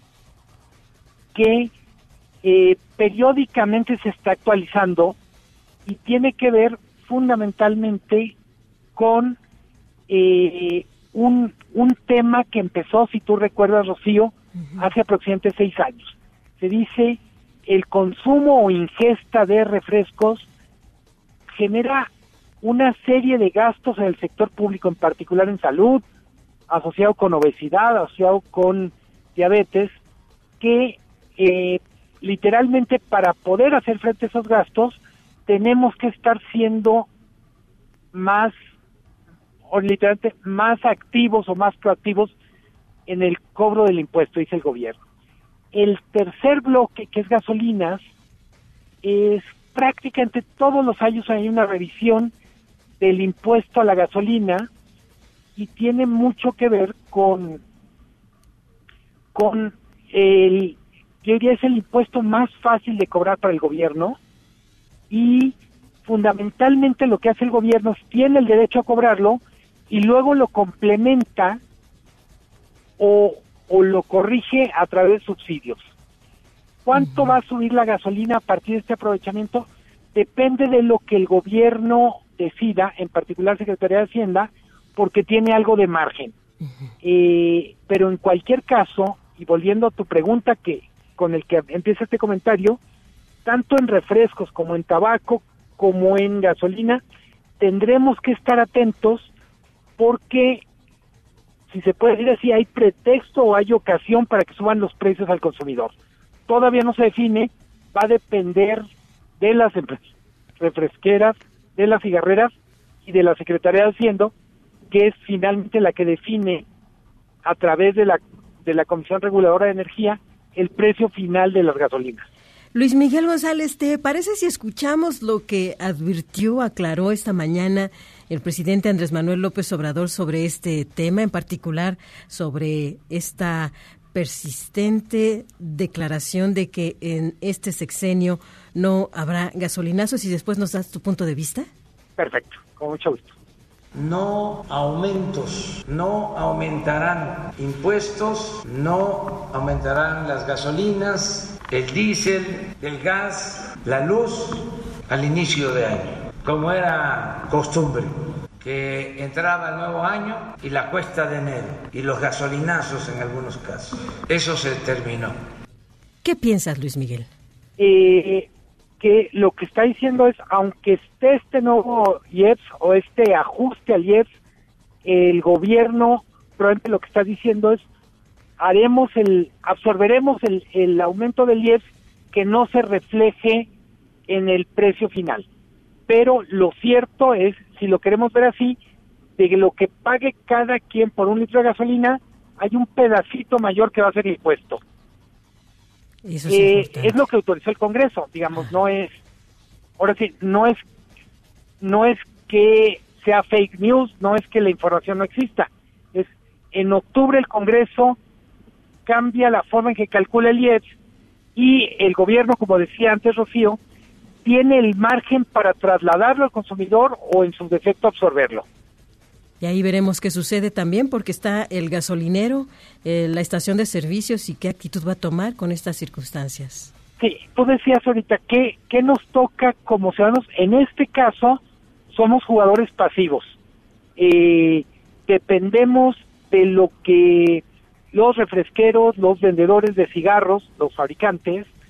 que eh, periódicamente se está actualizando y tiene que ver fundamentalmente con eh, un, un tema que empezó, si tú recuerdas, Rocío, uh-huh. hace aproximadamente seis años. Se dice el consumo o ingesta de refrescos genera una serie de gastos en el sector público, en particular en salud, asociado con obesidad, asociado con diabetes, que eh, literalmente para poder hacer frente a esos gastos tenemos que estar siendo más, o literalmente más activos o más proactivos en el cobro del impuesto, dice el gobierno. El tercer bloque, que es gasolinas, es prácticamente todos los años hay una revisión del impuesto a la gasolina y tiene mucho que ver con con el, yo diría es el impuesto más fácil de cobrar para el gobierno, y fundamentalmente lo que hace el gobierno es tiene el derecho a cobrarlo y luego lo complementa o, o lo corrige a través de subsidios. ¿Cuánto uh-huh. va a subir la gasolina a partir de este aprovechamiento? Depende de lo que el gobierno decida, en particular Secretaría de Hacienda, porque tiene algo de margen. Uh-huh. Eh, pero en cualquier caso, y volviendo a tu pregunta que con el que empieza este comentario, tanto en refrescos como en tabaco, como en gasolina, tendremos que estar atentos porque, si se puede decir así, hay pretexto o hay ocasión para que suban los precios al consumidor. Todavía no se define, va a depender de las empresas refresqueras, de las cigarreras y de la Secretaría de Hacienda, que es finalmente la que define a través de la de la Comisión Reguladora de Energía el precio final de las gasolinas. Luis Miguel González, ¿te parece si escuchamos lo que advirtió, aclaró esta mañana el presidente Andrés Manuel López Obrador sobre este tema, en particular sobre esta persistente declaración de que en este sexenio no habrá gasolinazos, y después nos das tu punto de vista? Perfecto, con mucho gusto. No aumentos, no aumentarán impuestos, no aumentarán las gasolinas, el diésel, el gas, la luz al inicio de año, como era costumbre, que entraba el nuevo año y la cuesta de enero y los gasolinazos en algunos casos. Eso se terminó. ¿Qué piensas, Luis Miguel? Eh... que lo que está diciendo es, aunque esté este nuevo I E P S o este ajuste al I E P S, el gobierno probablemente lo que está diciendo es, haremos el, absorberemos el, el aumento del I E P S que no se refleje en el precio final. Pero lo cierto es, si lo queremos ver así, de que lo que pague cada quien por un litro de gasolina, hay un pedacito mayor que va a ser impuesto. Eso es, eh, es lo que autorizó el Congreso, digamos, no es, ahora sí, no es, no es que sea fake news, no es que la información no exista, es en octubre el Congreso cambia la forma en que calcula el I E P S y el gobierno, como decía antes Rocío, tiene el margen para trasladarlo al consumidor o en su defecto absorberlo. Y ahí veremos qué sucede también, porque está el gasolinero, eh, la estación de servicios, y qué actitud va a tomar con estas circunstancias. Sí, tú decías ahorita, ¿qué, qué nos toca como ciudadanos? En este caso, somos jugadores pasivos. Eh, dependemos de lo que los refresqueros, los vendedores de cigarros, los fabricantes,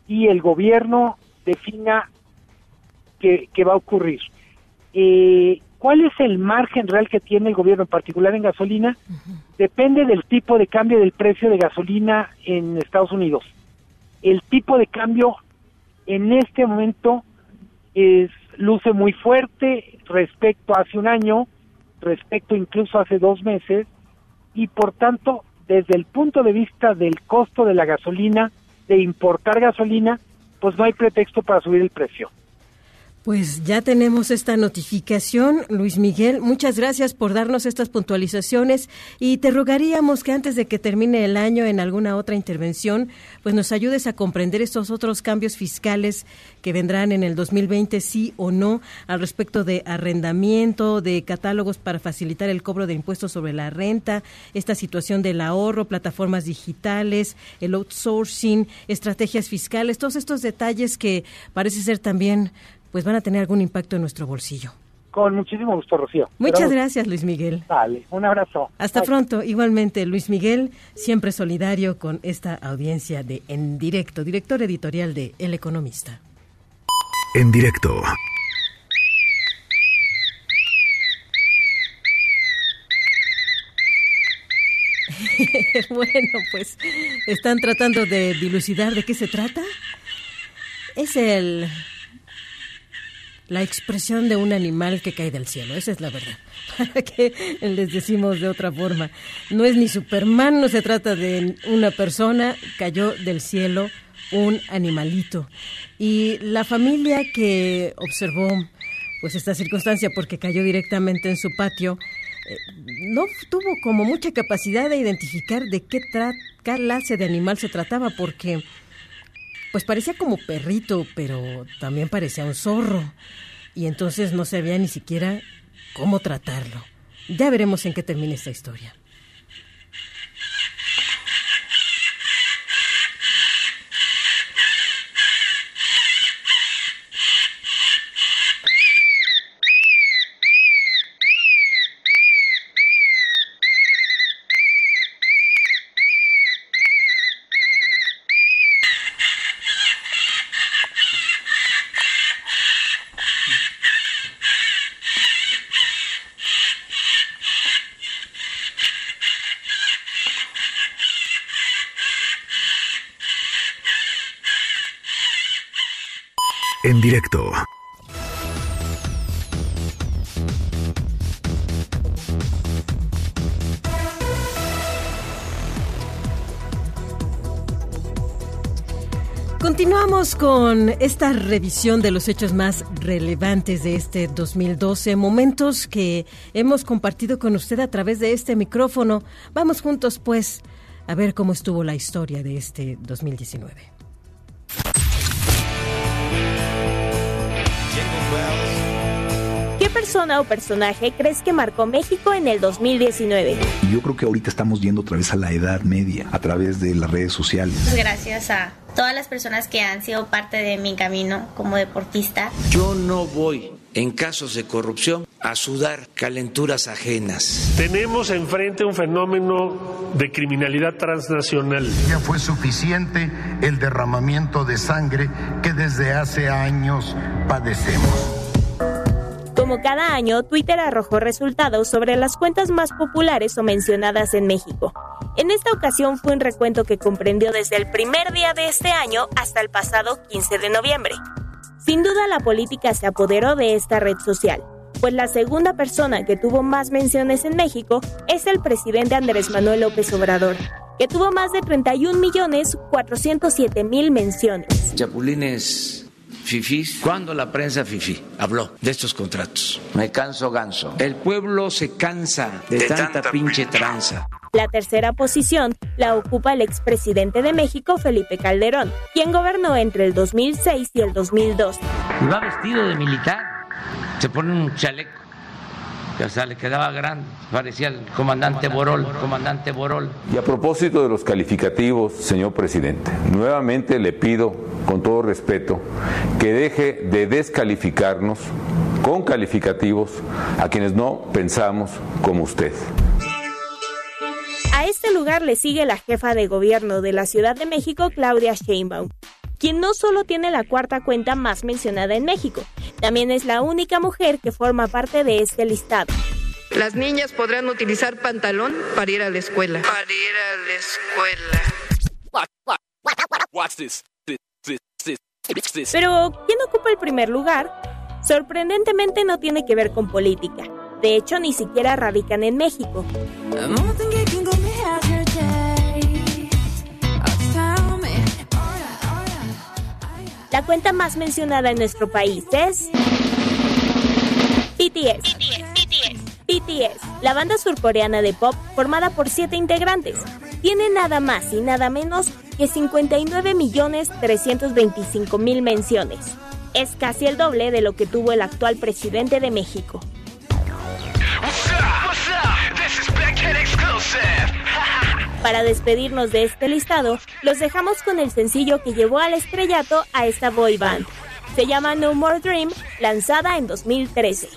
y el gobierno defina qué, qué va a ocurrir. Eh, ¿Cuál es el margen real que tiene el gobierno, en particular en gasolina? Uh-huh. Depende del tipo de cambio del precio de gasolina en Estados Unidos. El tipo de cambio en este momento es, luce muy fuerte respecto a hace un año, respecto incluso a hace dos meses, y por tanto, desde el punto de vista del costo de la gasolina, de importar gasolina, pues no hay pretexto para subir el precio. Pues ya tenemos esta notificación, Luis Miguel. Muchas gracias por darnos estas puntualizaciones y te rogaríamos que antes de que termine el año en alguna otra intervención, pues nos ayudes a comprender estos otros cambios fiscales que vendrán en el dos mil veinte, sí o no, al respecto de arrendamiento, de catálogos para facilitar el cobro de impuestos sobre la renta, esta situación del ahorro, plataformas digitales, el outsourcing, estrategias fiscales, todos estos detalles que parece ser también pues van a tener algún impacto en nuestro bolsillo. Con muchísimo gusto, Rocío. Muchas Pero, gracias, Luis Miguel. Dale, un abrazo. Hasta Bye. pronto. Igualmente, Luis Miguel, siempre solidario con esta audiencia de En Directo, director editorial de El Economista. En Directo. Bueno, pues están tratando de dilucidar de qué se trata. Es el... la expresión de un animal que cae del cielo, esa es la verdad. ¿Para qué les decimos de otra forma? No es ni Superman, no se trata de una persona, cayó del cielo un animalito. Y la familia que observó pues esta circunstancia porque cayó directamente en su patio, eh, no tuvo como mucha capacidad de identificar de qué tra- clase de animal se trataba, porque pues parecía como perrito, pero también parecía un zorro. Y entonces no sabía ni siquiera cómo tratarlo. Ya veremos en qué termina esta historia. En Directo. Continuamos con esta revisión de los hechos más relevantes de este dos mil doce, momentos que hemos compartido con usted a través de este micrófono. Vamos juntos, pues, a ver cómo estuvo la historia de este dos mil diecinueve. ¿Qué persona o personaje crees que marcó México en el dos mil diecinueve? Yo creo que ahorita estamos yendo otra vez a la edad media, a través de las redes sociales. Pues gracias a todas las personas que han sido parte de mi camino como deportista. Yo no voy, en casos de corrupción, a sudar calenturas ajenas. Tenemos enfrente un fenómeno de criminalidad transnacional. Ya fue suficiente el derramamiento de sangre que desde hace años padecemos. Como cada año, Twitter arrojó resultados sobre las cuentas más populares o mencionadas en México. En esta ocasión fue un recuento que comprendió desde el primer día de este año hasta el pasado quince de noviembre. Sin duda la política se apoderó de esta red social, pues la segunda persona que tuvo más menciones en México es el presidente Andrés Manuel López Obrador, que tuvo más de treinta y un millones cuatrocientos siete mil menciones. Chapulines fifís, cuando la prensa fifí habló de estos contratos. Me canso ganso. El pueblo se cansa de, de tanta, tanta pinche tranza. La tercera posición la ocupa el expresidente de México, Felipe Calderón, quien gobernó entre el dos mil seis y el dos mil doce. Y va vestido de militar, se pone un chaleco que hasta le quedaba grande, parecía el comandante Borol, comandante Borol. Y a propósito de los calificativos, señor presidente, nuevamente le pido, con todo respeto, que deje de descalificarnos con calificativos a quienes no pensamos como usted. A este lugar le sigue la jefa de gobierno de la Ciudad de México, Claudia Sheinbaum, quien no solo tiene la cuarta cuenta más mencionada en México, también es la única mujer que forma parte de este listado. Las niñas podrán utilizar pantalón para ir a la escuela. Para ir a la escuela. Pero, ¿quién ocupa el primer lugar? Sorprendentemente no tiene que ver con política. De hecho, ni siquiera radican en México. La cuenta más mencionada en nuestro país es B T S. B T S, la banda surcoreana de pop formada por siete integrantes, tiene nada más y nada menos que cincuenta y nueve millones trescientos veinticinco mil menciones. Es casi el doble de lo que tuvo el actual presidente de México. Para despedirnos de este listado, los dejamos con el sencillo que llevó al estrellato a esta boy band. Se llama No More Dream, lanzada en dos mil trece.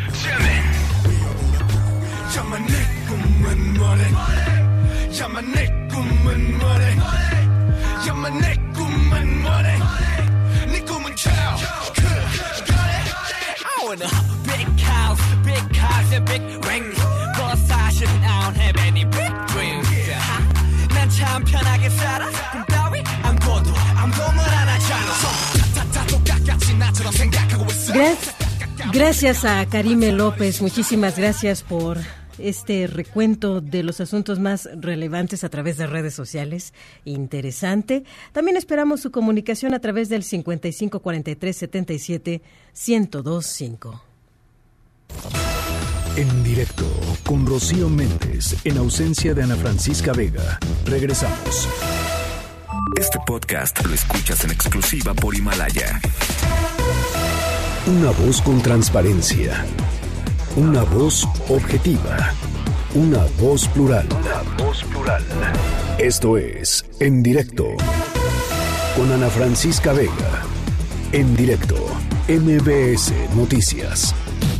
Gracias, gracias a Karime López, muchísimas gracias por este recuento de los asuntos más relevantes a través de redes sociales. Interesante. También esperamos su comunicación a través del cincuenta y cinco cuarenta y tres setenta y siete ciento dos cinco. En directo con Rocío Méndez, en ausencia de Ana Francisca Vega. Regresamos. Este podcast lo escuchas en exclusiva por Himalaya. Una voz con transparencia. Una voz objetiva. Una voz plural. Una voz plural. Esto es En Directo con Ana Francisca Vega. En directo, M B S Noticias.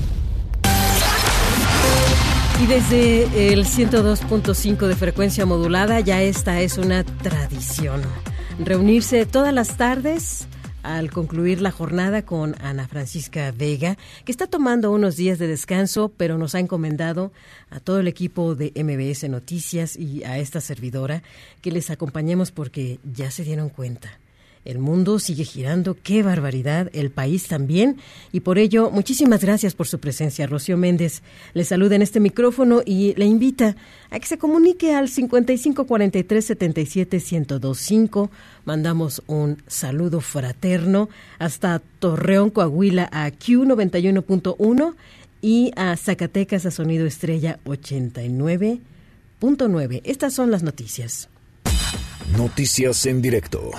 Y desde el ciento dos punto cinco de frecuencia modulada, ya esta es una tradición. Reunirse todas las tardes al concluir la jornada con Ana Francisca Vega, que está tomando unos días de descanso, pero nos ha encomendado a todo el equipo de M B S Noticias y a esta servidora que les acompañemos porque ya se dieron cuenta. El mundo sigue girando, qué barbaridad, el país también, y por ello, muchísimas gracias por su presencia. Rocío Méndez le saluda en este micrófono y le invita a que se comunique al cincuenta y cinco cuarenta y tres setenta y siete ciento dos cinco. Mandamos un saludo fraterno hasta Torreón, Coahuila, a Q noventa y uno punto uno y a Zacatecas a Sonido Estrella ochenta y nueve punto nueve. Estas son las noticias. Noticias en directo.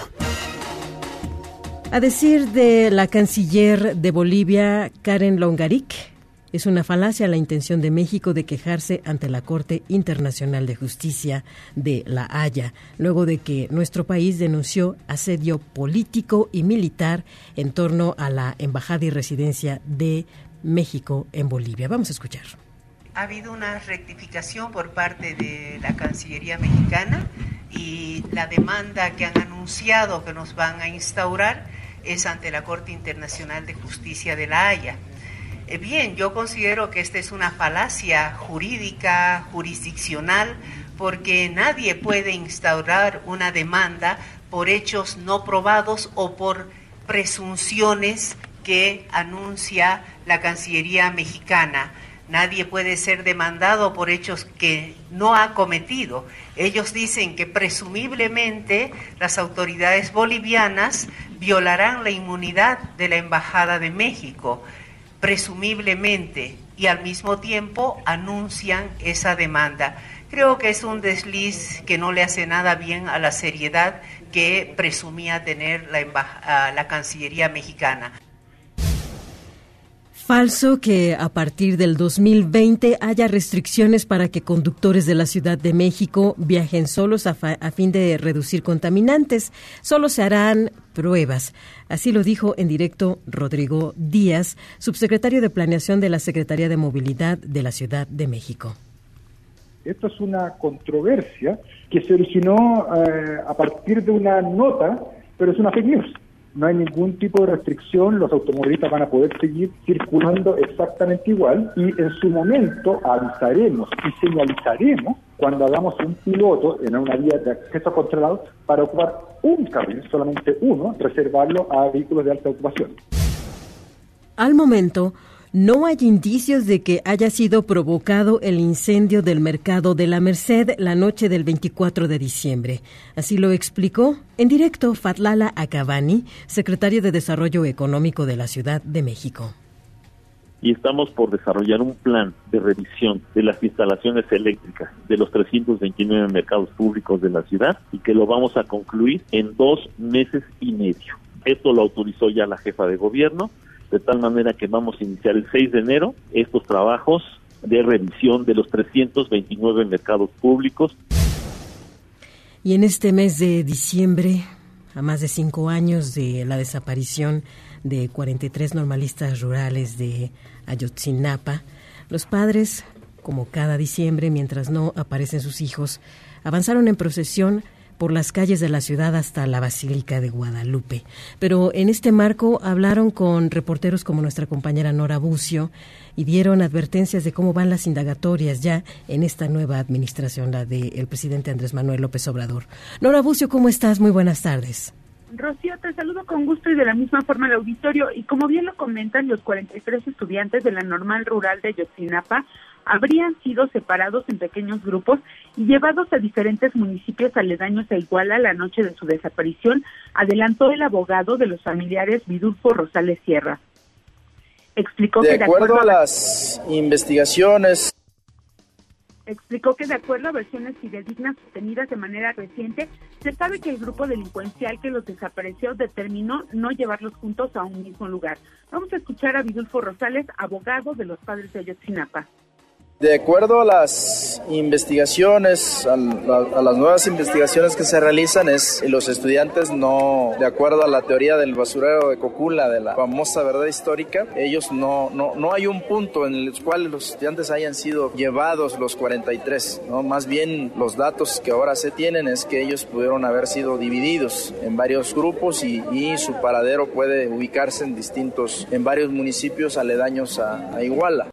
A decir de la canciller de Bolivia, Karen Longaric, es una falacia la intención de México de quejarse ante la Corte Internacional de Justicia de La Haya, luego de que nuestro país denunció asedio político y militar en torno a la embajada y residencia de México en Bolivia. Vamos a escuchar. Ha habido una rectificación por parte de la Cancillería mexicana y la demanda que han anunciado que nos van a instaurar es ante la Corte Internacional de Justicia de La Haya. Eh, bien, yo considero que esta es una falacia jurídica, jurisdiccional, porque nadie puede instaurar una demanda por hechos no probados o por presunciones que anuncia la Cancillería mexicana. Nadie puede ser demandado por hechos que no ha cometido. Ellos dicen que presumiblemente las autoridades bolivianas violarán la inmunidad de la Embajada de México, presumiblemente, y al mismo tiempo anuncian esa demanda. Creo que es un desliz que no le hace nada bien a la seriedad que presumía tener la, embaj- la Cancillería mexicana. Falso que a partir del dos mil veinte haya restricciones para que conductores de la Ciudad de México viajen solos a, fa- a fin de reducir contaminantes. Solo se harán pruebas. Así lo dijo en directo Rodrigo Díaz, subsecretario de Planeación de la Secretaría de Movilidad de la Ciudad de México. Esto es una controversia que se originó eh, a partir de una nota, pero es una fake news. no hay ningún tipo de restricción, los automovilistas van a poder seguir circulando exactamente igual y en su momento avisaremos y señalizaremos cuando hagamos un piloto en una vía de acceso controlado para ocupar un carril, solamente uno, reservarlo a vehículos de alta ocupación. Al momento, no hay indicios de que haya sido provocado el incendio del mercado de la Merced la noche del veinticuatro de diciembre. Así lo explicó en directo Fatlala Acabani, secretario de Desarrollo Económico de la Ciudad de México. Y estamos por desarrollar un plan de revisión de las instalaciones eléctricas de los trescientos veintinueve mercados públicos de la ciudad y que lo vamos a concluir en dos meses y medio. Esto lo autorizó ya la jefa de gobierno, de tal manera que vamos a iniciar el seis de enero estos trabajos de revisión de los trescientos veintinueve mercados públicos. Y en este mes de diciembre, a más de cinco años de la desaparición de cuarenta y tres normalistas rurales de Ayotzinapa, los padres, como cada diciembre, mientras no aparecen sus hijos, avanzaron en procesión por las calles de la ciudad hasta la Basílica de Guadalupe. Pero en este marco hablaron con reporteros como nuestra compañera Nora Bucio y dieron advertencias de cómo van las indagatorias ya en esta nueva administración, la del presidente Andrés Manuel López Obrador. Nora Bucio, ¿cómo estás? Muy buenas tardes. Rocío, te saludo con gusto y de la misma forma al auditorio. Y como bien lo comentan, los cuarenta y tres estudiantes de la Normal Rural de Ayotzinapa habrían sido separados en pequeños grupos y llevados a diferentes municipios aledaños a Iguala la noche de su desaparición, adelantó el abogado de los familiares Vidulfo Rosales Sierra. Explicó de que de acuerdo, acuerdo a las investigaciones Explicó que de acuerdo a versiones fidedignas obtenidas de manera reciente, se sabe que el grupo delincuencial que los desapareció determinó no llevarlos juntos a un mismo lugar. Vamos a escuchar a Vidulfo Rosales, abogado de los padres de Ayotzinapa. De acuerdo a las investigaciones, a, la, a las nuevas investigaciones que se realizan, es los estudiantes no, de acuerdo a la teoría del basurero de Cocula, de la famosa verdad histórica, ellos no, no, no hay un punto en el cual los estudiantes hayan sido llevados los cuarenta y tres, ¿no? Más bien los datos que ahora se tienen es que ellos pudieron haber sido divididos en varios grupos y, y su paradero puede ubicarse en distintos, en varios municipios aledaños a, a Iguala.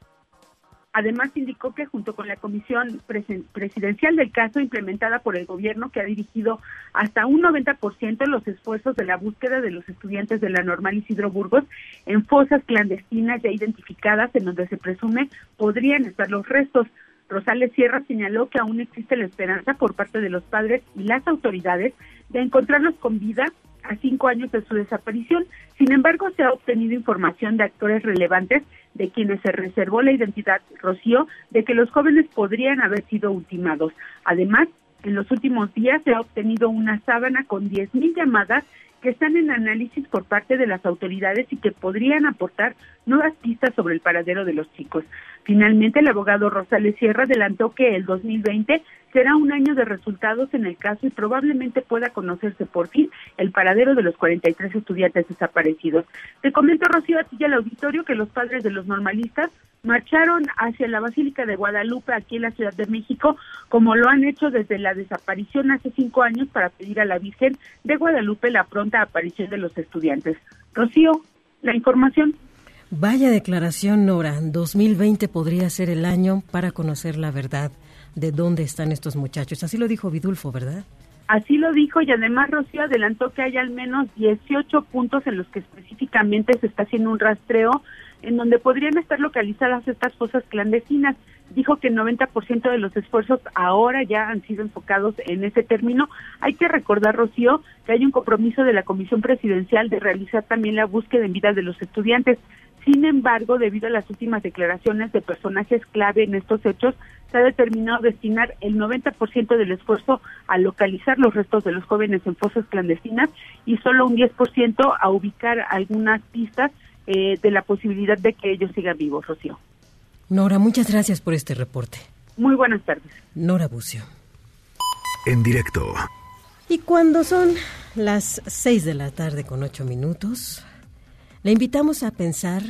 Además, indicó que junto con la comisión presidencial del caso implementada por el gobierno, que ha dirigido hasta un noventa por ciento los esfuerzos de la búsqueda de los estudiantes de la Normal Isidro Burgos en fosas clandestinas ya identificadas en donde se presume podrían estar los restos. Rosales Sierra señaló que aún existe la esperanza por parte de los padres y las autoridades de encontrarlos con vida a cinco años de su desaparición. Sin embargo, se ha obtenido información de actores relevantes de quienes se reservó la identidad, Rocío, de que los jóvenes podrían haber sido ultimados. Además, en los últimos días se ha obtenido una sábana con diez mil llamadas que están en análisis por parte de las autoridades y que podrían aportar nuevas pistas sobre el paradero de los chicos. Finalmente, el abogado Rosales Sierra adelantó que el dos mil veinte será un año de resultados en el caso y probablemente pueda conocerse por fin el paradero de los cuarenta y tres estudiantes desaparecidos. Te comento, Rocío, a ti y al auditorio, que los padres de los normalistas marcharon hacia la Basílica de Guadalupe, aquí en la Ciudad de México, como lo han hecho desde la desaparición hace cinco años, para pedir a la Virgen de Guadalupe la pronta aparición de los estudiantes. Rocío, la información. Vaya declaración, Nora. dos mil veinte podría ser el año para conocer la verdad de dónde están estos muchachos. Así lo dijo Vidulfo, ¿verdad? Así lo dijo, y además Rocío adelantó que hay al menos dieciocho puntos en los que específicamente se está haciendo un rastreo en donde podrían estar localizadas estas fosas clandestinas. Dijo que el noventa por ciento de los esfuerzos ahora ya han sido enfocados en ese término. Hay que recordar, Rocío, que hay un compromiso de la Comisión Presidencial de realizar también la búsqueda en vida de los estudiantes. Sin embargo, debido a las últimas declaraciones de personajes clave en estos hechos, se ha determinado destinar el noventa por ciento del esfuerzo a localizar los restos de los jóvenes en fosas clandestinas y solo un diez por ciento a ubicar algunas pistas eh, de la posibilidad de que ellos sigan vivos, Rocío. Nora, muchas gracias por este reporte. Muy buenas tardes. Nora Bucio. En directo. Y cuando son las seis de la tarde con ocho minutos, le invitamos a pensar,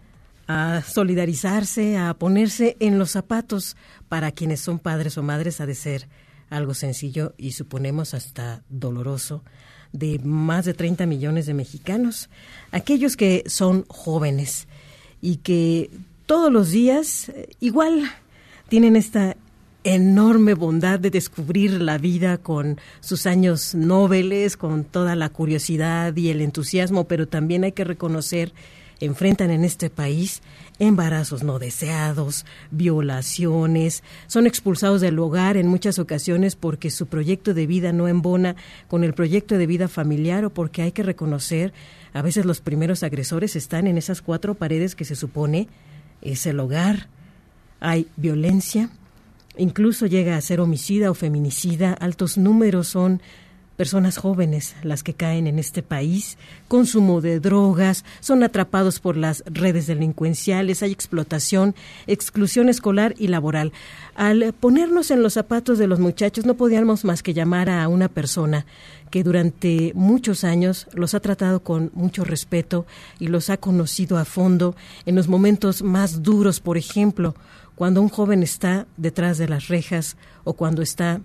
a solidarizarse, a ponerse en los zapatos. Para quienes son padres o madres ha de ser algo sencillo y suponemos hasta doloroso, de más de treinta millones de mexicanos, aquellos que son jóvenes y que todos los días igual tienen esta enorme bondad de descubrir la vida con sus años nobles, con toda la curiosidad y el entusiasmo, pero también hay que reconocer, enfrentan en este país embarazos no deseados, violaciones, son expulsados del hogar en muchas ocasiones porque su proyecto de vida no embona con el proyecto de vida familiar o porque hay que reconocer, a veces los primeros agresores están en esas cuatro paredes que se supone es el hogar. Hay violencia, incluso llega a ser homicida o feminicida, altos números son personas jóvenes las que caen en este país, consumo de drogas, son atrapados por las redes delincuenciales, hay explotación, exclusión escolar y laboral. Al ponernos en los zapatos de los muchachos no podíamos más que llamar a una persona que durante muchos años los ha tratado con mucho respeto y los ha conocido a fondo en los momentos más duros, por ejemplo, cuando un joven está detrás de las rejas o cuando está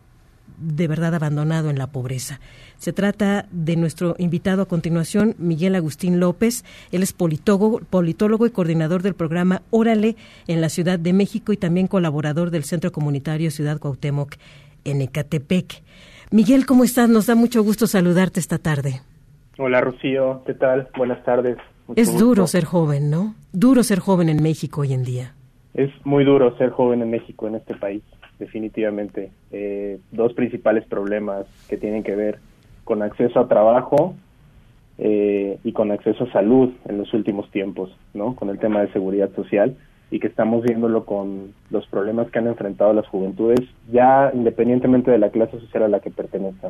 de verdad abandonado en la pobreza. Se trata de nuestro invitado a continuación, Miguel Agustín López. Él es politólogo, politólogo y coordinador del programa Órale en la Ciudad de México y también colaborador del Centro Comunitario Ciudad Cuauhtémoc en Ecatepec. Miguel, ¿cómo estás? Nos da mucho gusto saludarte esta tarde. Hola, Rocío. ¿Qué tal? Buenas tardes. Mucho es gusto. Duro ser joven, ¿no? Duro ser joven en México hoy en día. Es muy duro ser joven en México, en este país. Definitivamente. Eh, dos principales problemas que tienen que ver con acceso a trabajo eh, y con acceso a salud en los últimos tiempos, ¿no? Con el tema de seguridad social y que estamos viéndolo con los problemas que han enfrentado las juventudes, ya independientemente de la clase social a la que pertenezcan.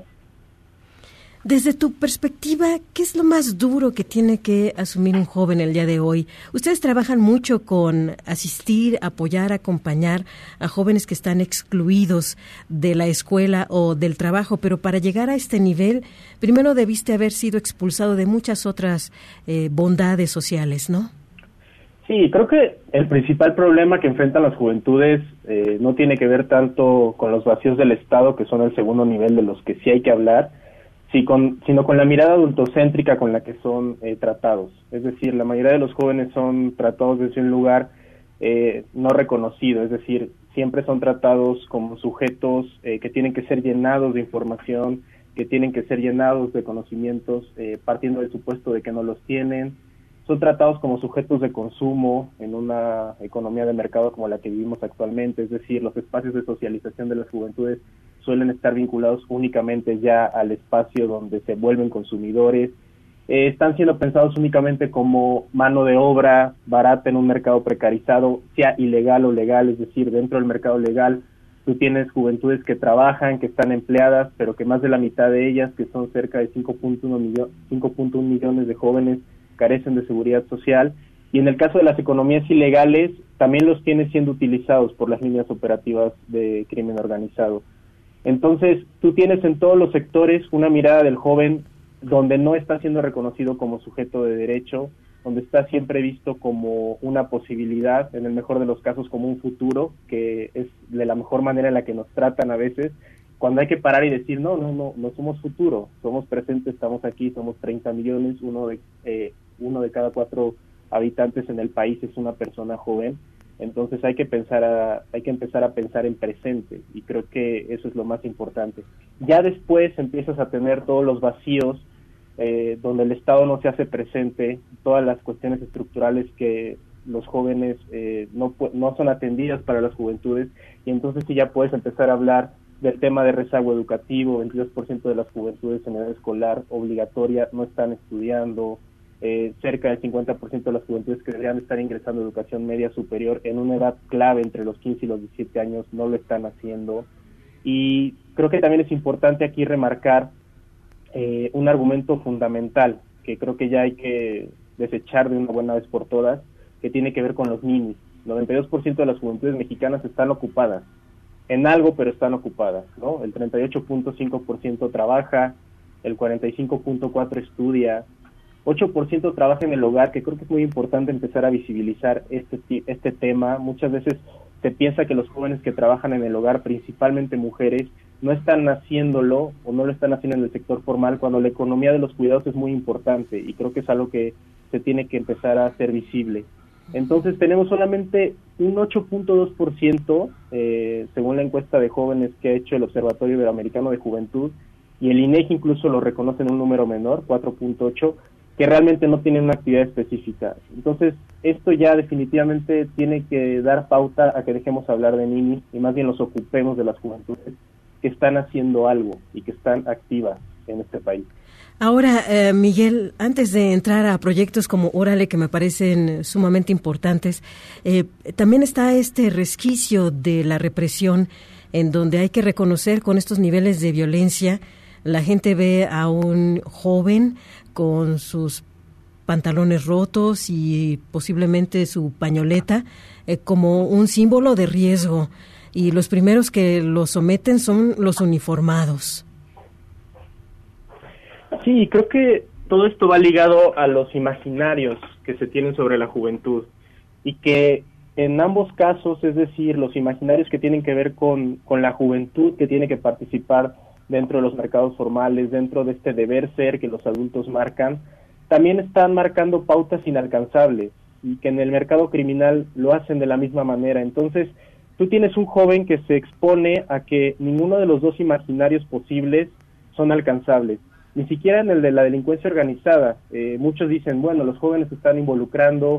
Desde tu perspectiva, ¿qué es lo más duro que tiene que asumir un joven el día de hoy? Ustedes trabajan mucho con asistir, apoyar, acompañar a jóvenes que están excluidos de la escuela o del trabajo, pero para llegar a este nivel, primero debiste haber sido expulsado de muchas otras eh, bondades sociales, ¿no? Sí, creo que el principal problema que enfrentan las juventudes eh, no tiene que ver tanto con los vacíos del Estado, que son el segundo nivel de los que sí hay que hablar, Sí, con, sino con la mirada adultocéntrica con la que son eh, tratados. Es decir, la mayoría de los jóvenes son tratados desde un lugar eh, no reconocido, es decir, siempre son tratados como sujetos eh, que tienen que ser llenados de información, que tienen que ser llenados de conocimientos, eh, partiendo del supuesto de que no los tienen. Son tratados como sujetos de consumo en una economía de mercado como la que vivimos actualmente, es decir, los espacios de socialización de las juventudes suelen estar vinculados únicamente ya al espacio donde se vuelven consumidores, eh, están siendo pensados únicamente como mano de obra barata en un mercado precarizado, sea ilegal o legal, es decir, dentro del mercado legal tú tienes juventudes que trabajan, que están empleadas, pero que más de la mitad de ellas, que son cerca de cinco punto uno millones de jóvenes, carecen de seguridad social, y en el caso de las economías ilegales también los tienes siendo utilizados por las líneas operativas de crimen organizado. Entonces, tú tienes en todos los sectores una mirada del joven donde no está siendo reconocido como sujeto de derecho, donde está siempre visto como una posibilidad, en el mejor de los casos como un futuro, que es de la mejor manera en la que nos tratan a veces, cuando hay que parar y decir, no, no, no, no somos futuro, somos presentes, estamos aquí, somos treinta millones, uno de, eh, uno de cada cuatro habitantes en el país es una persona joven. Entonces hay que pensar a, hay que empezar a pensar en presente y creo que eso es lo más importante. Ya después empiezas a tener todos los vacíos eh, donde el Estado no se hace presente, todas las cuestiones estructurales que los jóvenes eh, no, no son atendidas para las juventudes y entonces sí ya puedes empezar a hablar del tema de rezago educativo. Veintidós por ciento de las juventudes en edad escolar obligatoria no están estudiando. Eh, cerca del cincuenta por ciento de las juventudes que deberían estar ingresando a educación media superior en una edad clave entre los quince y los diecisiete años no lo están haciendo. Y creo que también es importante aquí remarcar eh, un argumento fundamental que creo que ya hay que desechar de una buena vez por todas, que tiene que ver con los ninis. noventa y dos por ciento de las juventudes mexicanas están ocupadas en algo, pero están ocupadas, ¿no? El treinta y ocho punto cinco por ciento trabaja, el cuarenta y cinco punto cuatro por ciento estudia, ocho por ciento trabaja en el hogar, que creo que es muy importante empezar a visibilizar este, este tema. Muchas veces se piensa que los jóvenes que trabajan en el hogar, principalmente mujeres, no están haciéndolo o no lo están haciendo en el sector formal, cuando la economía de los cuidados es muy importante y creo que es algo que se tiene que empezar a hacer visible. Entonces tenemos solamente un ocho punto dos por ciento, eh, según la encuesta de jóvenes que ha hecho el Observatorio Iberoamericano de Juventud, y el INEGI incluso lo reconoce en un número menor, cuatro punto ocho, que realmente no tienen una actividad específica. Entonces esto ya definitivamente tiene que dar pauta a que dejemos hablar de ninis y más bien los ocupemos de las juventudes que están haciendo algo y que están activas en este país. Ahora, eh, Miguel, antes de entrar a proyectos como Órale, que me parecen sumamente importantes, eh, también está este resquicio de la represión, en donde hay que reconocer con estos niveles de violencia, la gente ve a un joven con sus pantalones rotos y posiblemente su pañoleta eh, como un símbolo de riesgo, y los primeros que lo someten son los uniformados. Sí, creo que todo esto va ligado a los imaginarios que se tienen sobre la juventud y que en ambos casos, es decir, los imaginarios que tienen que ver con, con la juventud que tiene que participar dentro de los mercados formales, dentro de este deber ser que los adultos marcan, también están marcando pautas inalcanzables y que en el mercado criminal lo hacen de la misma manera. Entonces, tú tienes un joven que se expone a que ninguno de los dos imaginarios posibles son alcanzables. Ni siquiera en el de la delincuencia organizada. Eh, muchos dicen, bueno, los jóvenes se están involucrando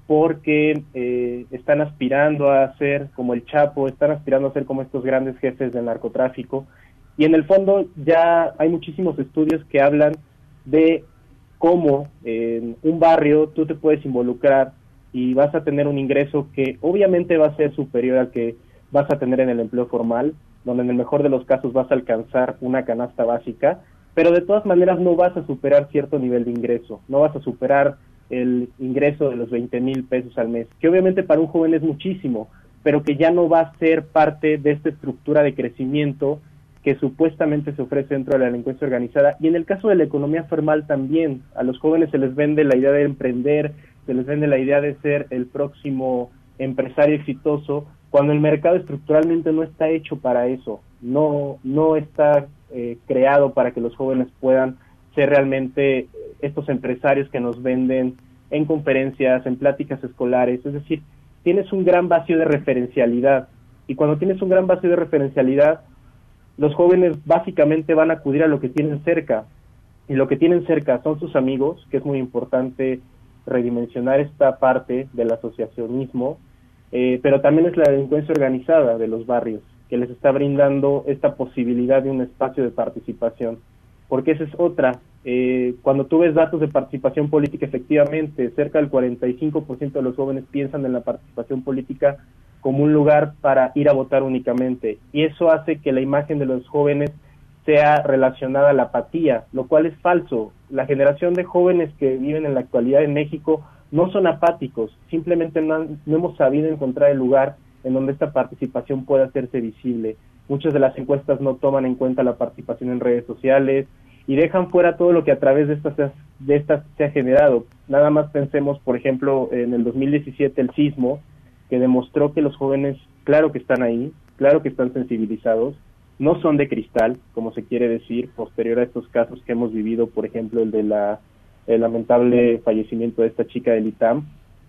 porque eh, están aspirando a ser como el Chapo, están aspirando a ser como estos grandes jefes del narcotráfico. Y en el fondo ya hay muchísimos estudios que hablan de cómo en un barrio tú te puedes involucrar y vas a tener un ingreso que obviamente va a ser superior al que vas a tener en el empleo formal, donde en el mejor de los casos vas a alcanzar una canasta básica, pero de todas maneras no vas a superar cierto nivel de ingreso, no vas a superar el ingreso de los veinte mil pesos al mes, que obviamente para un joven es muchísimo, pero que ya no va a ser parte de esta estructura de crecimiento que supuestamente se ofrece dentro de la delincuencia organizada. Y en el caso de la economía formal también, a los jóvenes se les vende la idea de emprender, se les vende la idea de ser el próximo empresario exitoso, cuando el mercado estructuralmente no está hecho para eso, no, no está eh, creado para que los jóvenes puedan ser realmente estos empresarios que nos venden en conferencias, en pláticas escolares. Es decir, tienes un gran vacío de referencialidad, y cuando tienes un gran vacío de referencialidad, los jóvenes básicamente van a acudir a lo que tienen cerca, y lo que tienen cerca son sus amigos, que es muy importante redimensionar esta parte del asociacionismo, eh, pero también es la delincuencia organizada de los barrios, que les está brindando esta posibilidad de un espacio de participación, porque esa es otra. Eh, cuando tú ves datos de participación política, efectivamente, cerca del cuarenta y cinco por ciento de los jóvenes piensan en la participación política como un lugar para ir a votar únicamente, y eso hace que la imagen de los jóvenes sea relacionada a la apatía, lo cual es falso. La generación de jóvenes que viven en la actualidad en México no son apáticos, simplemente no, han, no hemos sabido encontrar el lugar en donde esta participación pueda hacerse visible. Muchas de las encuestas no toman en cuenta la participación en redes sociales y dejan fuera todo lo que a través de estas, de estas se ha generado. Nada más pensemos, por ejemplo, en el dos mil diecisiete el sismo, que demostró que los jóvenes, claro que están ahí, claro que están sensibilizados, no son de cristal, como se quiere decir, posterior a estos casos que hemos vivido, por ejemplo, el de la el lamentable fallecimiento de esta chica del ITAM,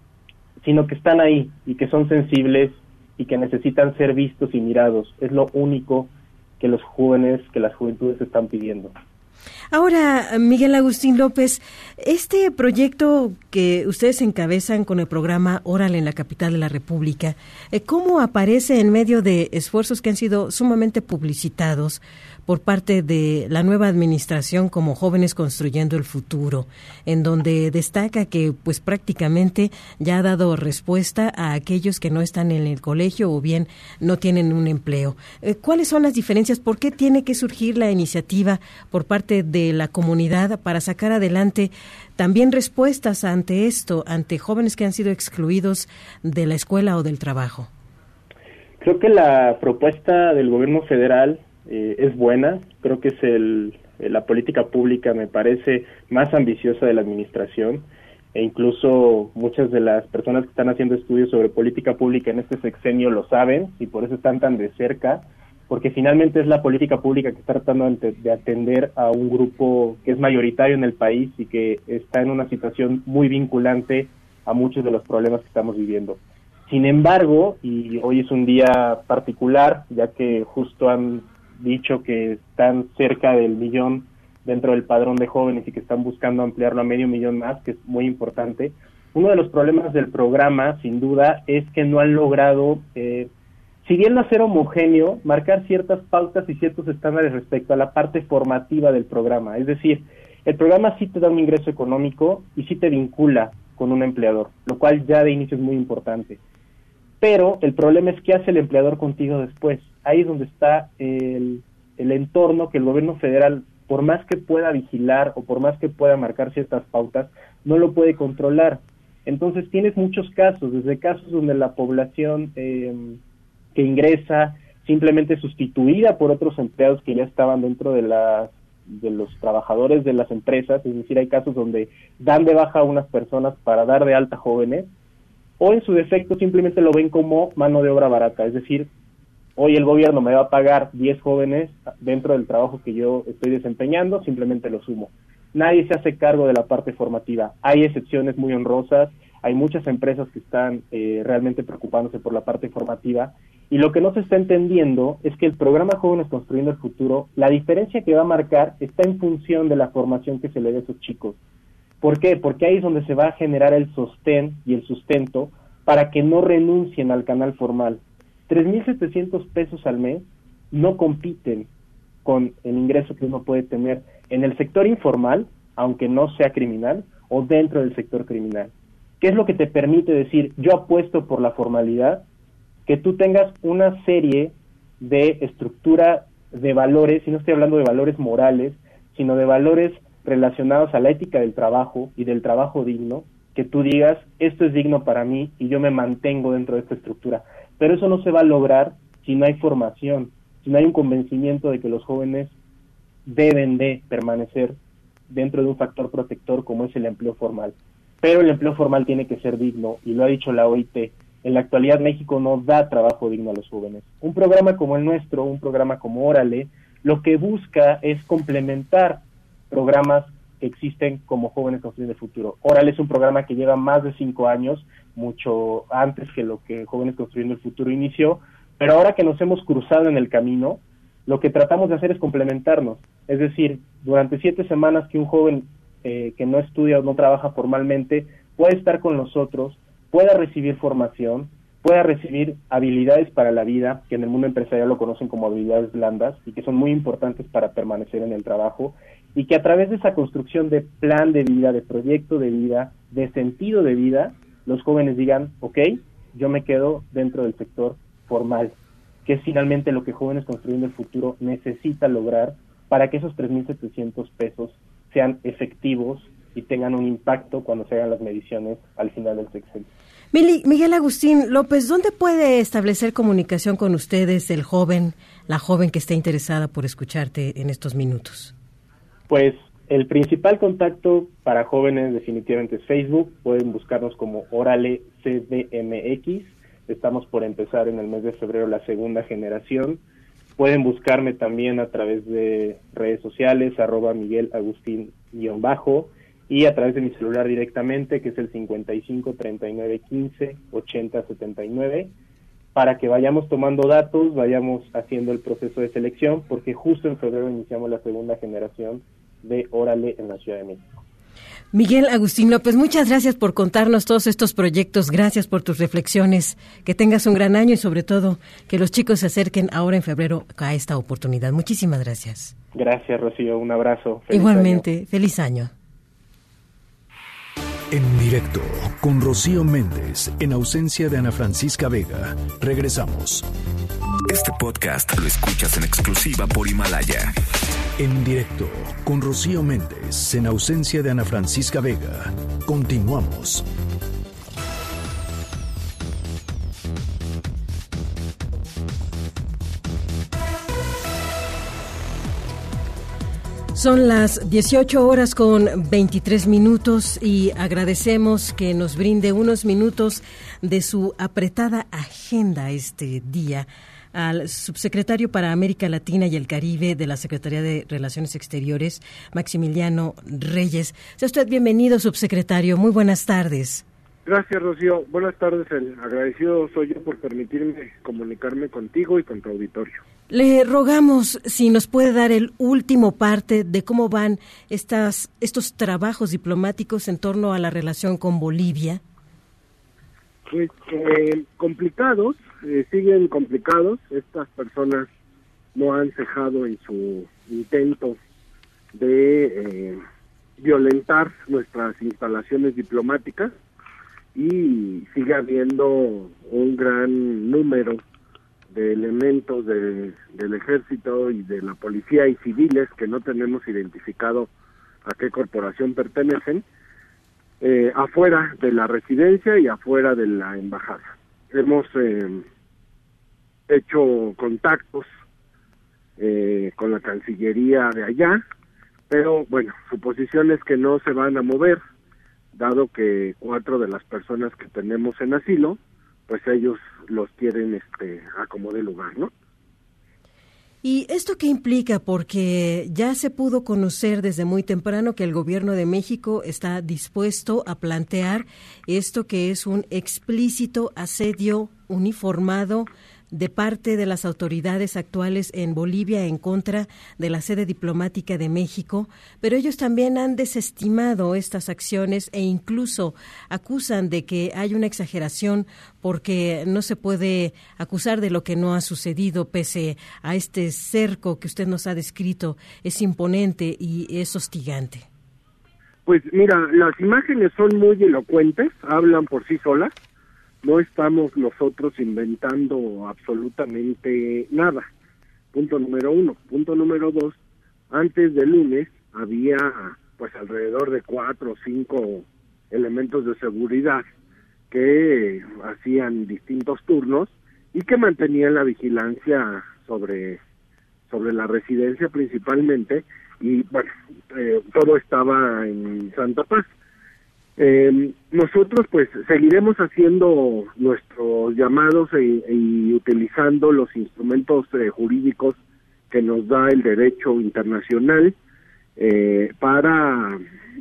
sino que están ahí y que son sensibles y que necesitan ser vistos y mirados. Es lo único que los jóvenes, que las juventudes están pidiendo. Ahora, Miguel Agustín López, este proyecto que ustedes encabezan con el programa Órale en la capital de la República, ¿cómo aparece en medio de esfuerzos que han sido sumamente publicitados por parte de la nueva administración como Jóvenes Construyendo el Futuro, en donde destaca que pues prácticamente ya ha dado respuesta a aquellos que no están en el colegio o bien no tienen un empleo? ¿Cuáles son las diferencias? ¿Por qué tiene que surgir la iniciativa por parte de la comunidad para sacar adelante también respuestas ante esto, ante jóvenes que han sido excluidos de la escuela o del trabajo? Creo que la propuesta del gobierno federal eh, es buena. Creo que es el, la política pública, me parece, más ambiciosa de la administración, e incluso muchas de las personas que están haciendo estudios sobre política pública en este sexenio lo saben y por eso están tan de cerca. porque finalmente es la política pública que está tratando de atender a un grupo que es mayoritario en el país y que está en una situación muy vinculante a muchos de los problemas que estamos viviendo. Sin embargo, y hoy es un día particular, ya que justo han dicho que están cerca del millón dentro del padrón de jóvenes y que están buscando ampliarlo a medio millón más, que es muy importante. Uno de los problemas del programa, sin duda, es que no han logrado, eh, si bien no ser homogéneo, marcar ciertas pautas y ciertos estándares respecto a la parte formativa del programa. Es decir, el programa sí te da un ingreso económico y sí te vincula con un empleador, lo cual ya de inicio es muy importante. Pero el problema es qué hace el empleador contigo después. Ahí es donde está el, el entorno que el gobierno federal, por más que pueda vigilar o por más que pueda marcar ciertas pautas, no lo puede controlar. Entonces tienes muchos casos, desde casos donde la población eh, que ingresa simplemente sustituida por otros empleados que ya estaban dentro de las de los trabajadores de las empresas, es decir, hay casos donde dan de baja a unas personas para dar de alta jóvenes, o en su defecto simplemente lo ven como mano de obra barata, es decir, hoy el gobierno me va a pagar diez jóvenes dentro del trabajo que yo estoy desempeñando, simplemente lo sumo. Nadie se hace cargo de la parte formativa. Hay excepciones muy honrosas, hay muchas empresas que están eh, realmente preocupándose por la parte formativa, y lo que no se está entendiendo es que el programa Jóvenes Construyendo el Futuro, la diferencia que va a marcar está en función de la formación que se le dé a esos chicos. ¿Por qué? Porque ahí es donde se va a generar el sostén y el sustento para que no renuncien al canal formal. tres mil setecientos pesos al mes no compiten con el ingreso que uno puede tener en el sector informal, aunque no sea criminal, o dentro del sector criminal. ¿Qué es lo que te permite decir, yo apuesto por la formalidad? Que tú tengas una serie de estructura de valores, y no estoy hablando de valores morales, sino de valores relacionados a la ética del trabajo y del trabajo digno, que tú digas, esto es digno para mí y yo me mantengo dentro de esta estructura. Pero eso no se va a lograr si no hay formación, si no hay un convencimiento de que los jóvenes deben de permanecer dentro de un factor protector como es el empleo formal. Pero el empleo formal tiene que ser digno, y lo ha dicho la O I T. En la actualidad México no da trabajo digno a los jóvenes. Un programa como el nuestro, un programa como Órale, lo que busca es complementar programas que existen como Jóvenes Construyendo el Futuro. Órale es un programa que lleva más de cinco años, mucho antes que lo que Jóvenes Construyendo el Futuro inició, pero ahora que nos hemos cruzado en el camino, lo que tratamos de hacer es complementarnos. Es decir, durante siete semanas que un joven eh, que no estudia o no trabaja formalmente puede estar con nosotros, pueda recibir formación, pueda recibir habilidades para la vida, que en el mundo empresarial lo conocen como habilidades blandas y que son muy importantes para permanecer en el trabajo, y que a través de esa construcción de plan de vida, de proyecto de vida, de sentido de vida, los jóvenes digan, ok, yo me quedo dentro del sector formal, que es finalmente lo que Jóvenes Construyendo el Futuro necesita lograr para que esos tres mil setecientos pesos sean efectivos y tengan un impacto cuando se hagan las mediciones al final del sexenio. Miguel Agustín López, ¿dónde puede establecer comunicación con ustedes el joven, la joven que esté interesada por escucharte en estos minutos? Pues el principal contacto para jóvenes definitivamente es Facebook. Pueden buscarnos como Órale C D M X. Estamos por empezar en el mes de febrero la segunda generación. Pueden buscarme también a través de redes sociales, arroba Miguel Agustín guión bajo, y a través de mi celular directamente, que es el cincuenta y cinco, treinta y nueve, quince, ochenta, setenta y nueve, para que vayamos tomando datos, vayamos haciendo el proceso de selección, porque justo en febrero iniciamos la segunda generación de Órale en la Ciudad de México. Miguel Agustín López, muchas gracias por contarnos todos estos proyectos, gracias por tus reflexiones, que tengas un gran año y sobre todo que los chicos se acerquen ahora en febrero a esta oportunidad. Muchísimas gracias. Gracias, Rocío, un abrazo. Feliz Igualmente, año. Feliz año. En directo con Rocío Méndez, en ausencia de Ana Francisca Vega. Regresamos. Este podcast lo escuchas en exclusiva por Himalaya. En directo con Rocío Méndez, en ausencia de Ana Francisca Vega. Continuamos. Son las dieciocho horas con veintitrés minutos y agradecemos que nos brinde unos minutos de su apretada agenda este día al subsecretario para América Latina y el Caribe de la Secretaría de Relaciones Exteriores, Maximiliano Reyes. Sea usted bienvenido, subsecretario. Muy buenas tardes. Gracias, Rocío. Buenas tardes. El agradecido soy yo por permitirme comunicarme contigo y con tu auditorio. Le rogamos si nos puede dar el último parte de cómo van estas, estos trabajos diplomáticos en torno a la relación con Bolivia. Pues eh, complicados, eh, siguen complicados. Estas personas no han cejado en su intento de eh, violentar nuestras instalaciones diplomáticas y sigue habiendo un gran número de elementos de, del ejército y de la policía y civiles que no tenemos identificado a qué corporación pertenecen, eh, afuera de la residencia y afuera de la embajada. Hemos eh, hecho contactos eh, con la Cancillería de allá, pero bueno, su posición es que no se van a mover, dado que cuatro de las personas que tenemos en asilo, pues ellos los quieren este a como de lugar, ¿no? ¿Y esto qué implica? Porque ya se pudo conocer desde muy temprano que el gobierno de México está dispuesto a plantear esto que es un explícito asedio uniformado de parte de las autoridades actuales en Bolivia en contra de la sede diplomática de México, pero ellos también han desestimado estas acciones e incluso acusan de que hay una exageración porque no se puede acusar de lo que no ha sucedido pese a este cerco que usted nos ha descrito. Es imponente y es hostigante. Pues mira, las imágenes son muy elocuentes, hablan por sí solas. No estamos nosotros inventando absolutamente nada. Punto número uno. Punto número dos, antes del lunes había pues alrededor de cuatro o cinco elementos de seguridad que hacían distintos turnos y que mantenían la vigilancia sobre, sobre la residencia principalmente, y bueno, eh, todo estaba en Santa Paz. Eh, nosotros pues seguiremos haciendo nuestros llamados y, y utilizando los instrumentos eh, jurídicos que nos da el derecho internacional eh, para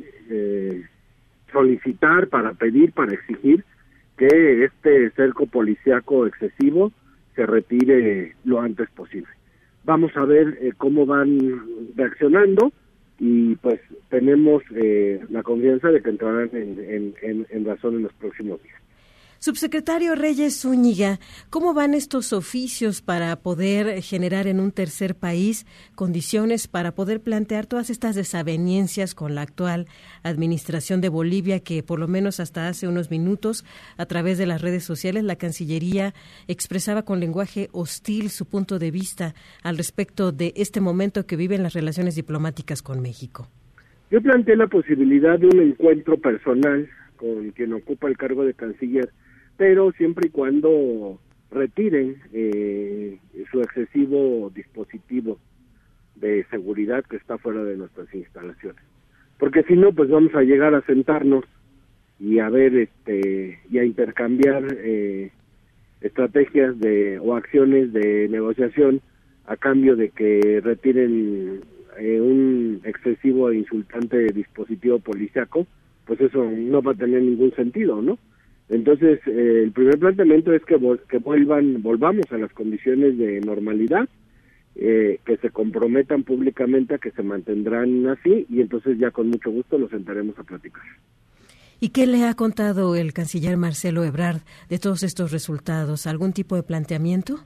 eh, solicitar, para pedir, para exigir que este cerco policíaco excesivo se retire lo antes posible. Vamos a ver eh, cómo van reaccionando. Y pues tenemos eh, la confianza de que entrarán en, en, en, en razón en los próximos días. Subsecretario Reyes Zúñiga, ¿cómo van estos oficios para poder generar en un tercer país condiciones para poder plantear todas estas desavenencias con la actual administración de Bolivia, que por lo menos hasta hace unos minutos, a través de las redes sociales, la Cancillería expresaba con lenguaje hostil su punto de vista al respecto de este momento que viven las relaciones diplomáticas con México? Yo planteé la posibilidad de un encuentro personal con quien ocupa el cargo de canciller, pero siempre y cuando retiren eh, su excesivo dispositivo de seguridad que está fuera de nuestras instalaciones, porque si no, pues vamos a llegar a sentarnos y a ver este y a intercambiar eh, estrategias de o acciones de negociación a cambio de que retiren eh, un excesivo e insultante dispositivo policiaco. Pues eso no va a tener ningún sentido, ¿no? Entonces, eh, el primer planteamiento es que, vol- que vuelvan, volvamos a las condiciones de normalidad, eh, que se comprometan públicamente a que se mantendrán así, y entonces ya con mucho gusto los sentaremos a platicar. ¿Y qué le ha contado el canciller Marcelo Ebrard de todos estos resultados? ¿Algún tipo de planteamiento?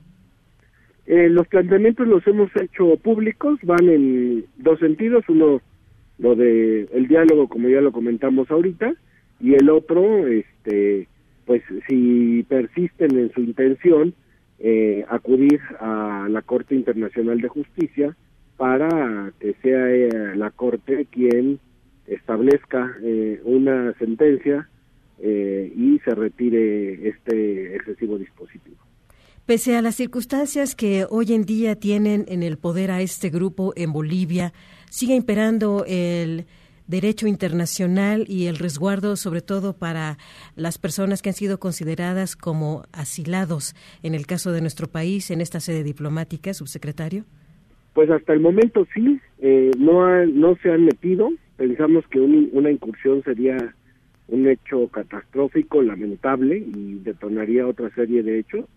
Eh, los planteamientos los hemos hecho públicos, van en dos sentidos, uno lo de el diálogo, como ya lo comentamos ahorita, y el otro, este, pues si persisten en su intención, eh, acudir a la Corte Internacional de Justicia para que sea eh, la Corte quien establezca eh, una sentencia eh, y se retire este excesivo dispositivo. Pese a las circunstancias que hoy en día tienen en el poder a este grupo en Bolivia, sigue imperando el derecho internacional y el resguardo, sobre todo para las personas que han sido consideradas como asilados en el caso de nuestro país, en esta sede diplomática, subsecretario? Pues hasta el momento sí, eh, no, ha, no se han metido. Pensamos que un, una incursión sería un hecho catastrófico, lamentable, y detonaría otra serie de hechos.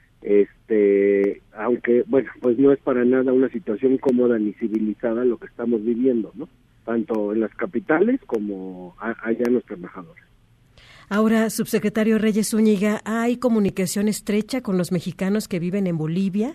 Este, aunque, bueno, pues no es para nada una situación cómoda ni civilizada lo que estamos viviendo, ¿no? Tanto en las capitales como a, allá en nuestra embajadora. Ahora, subsecretario Reyes Zúñiga, ¿hay comunicación estrecha con los mexicanos que viven en Bolivia?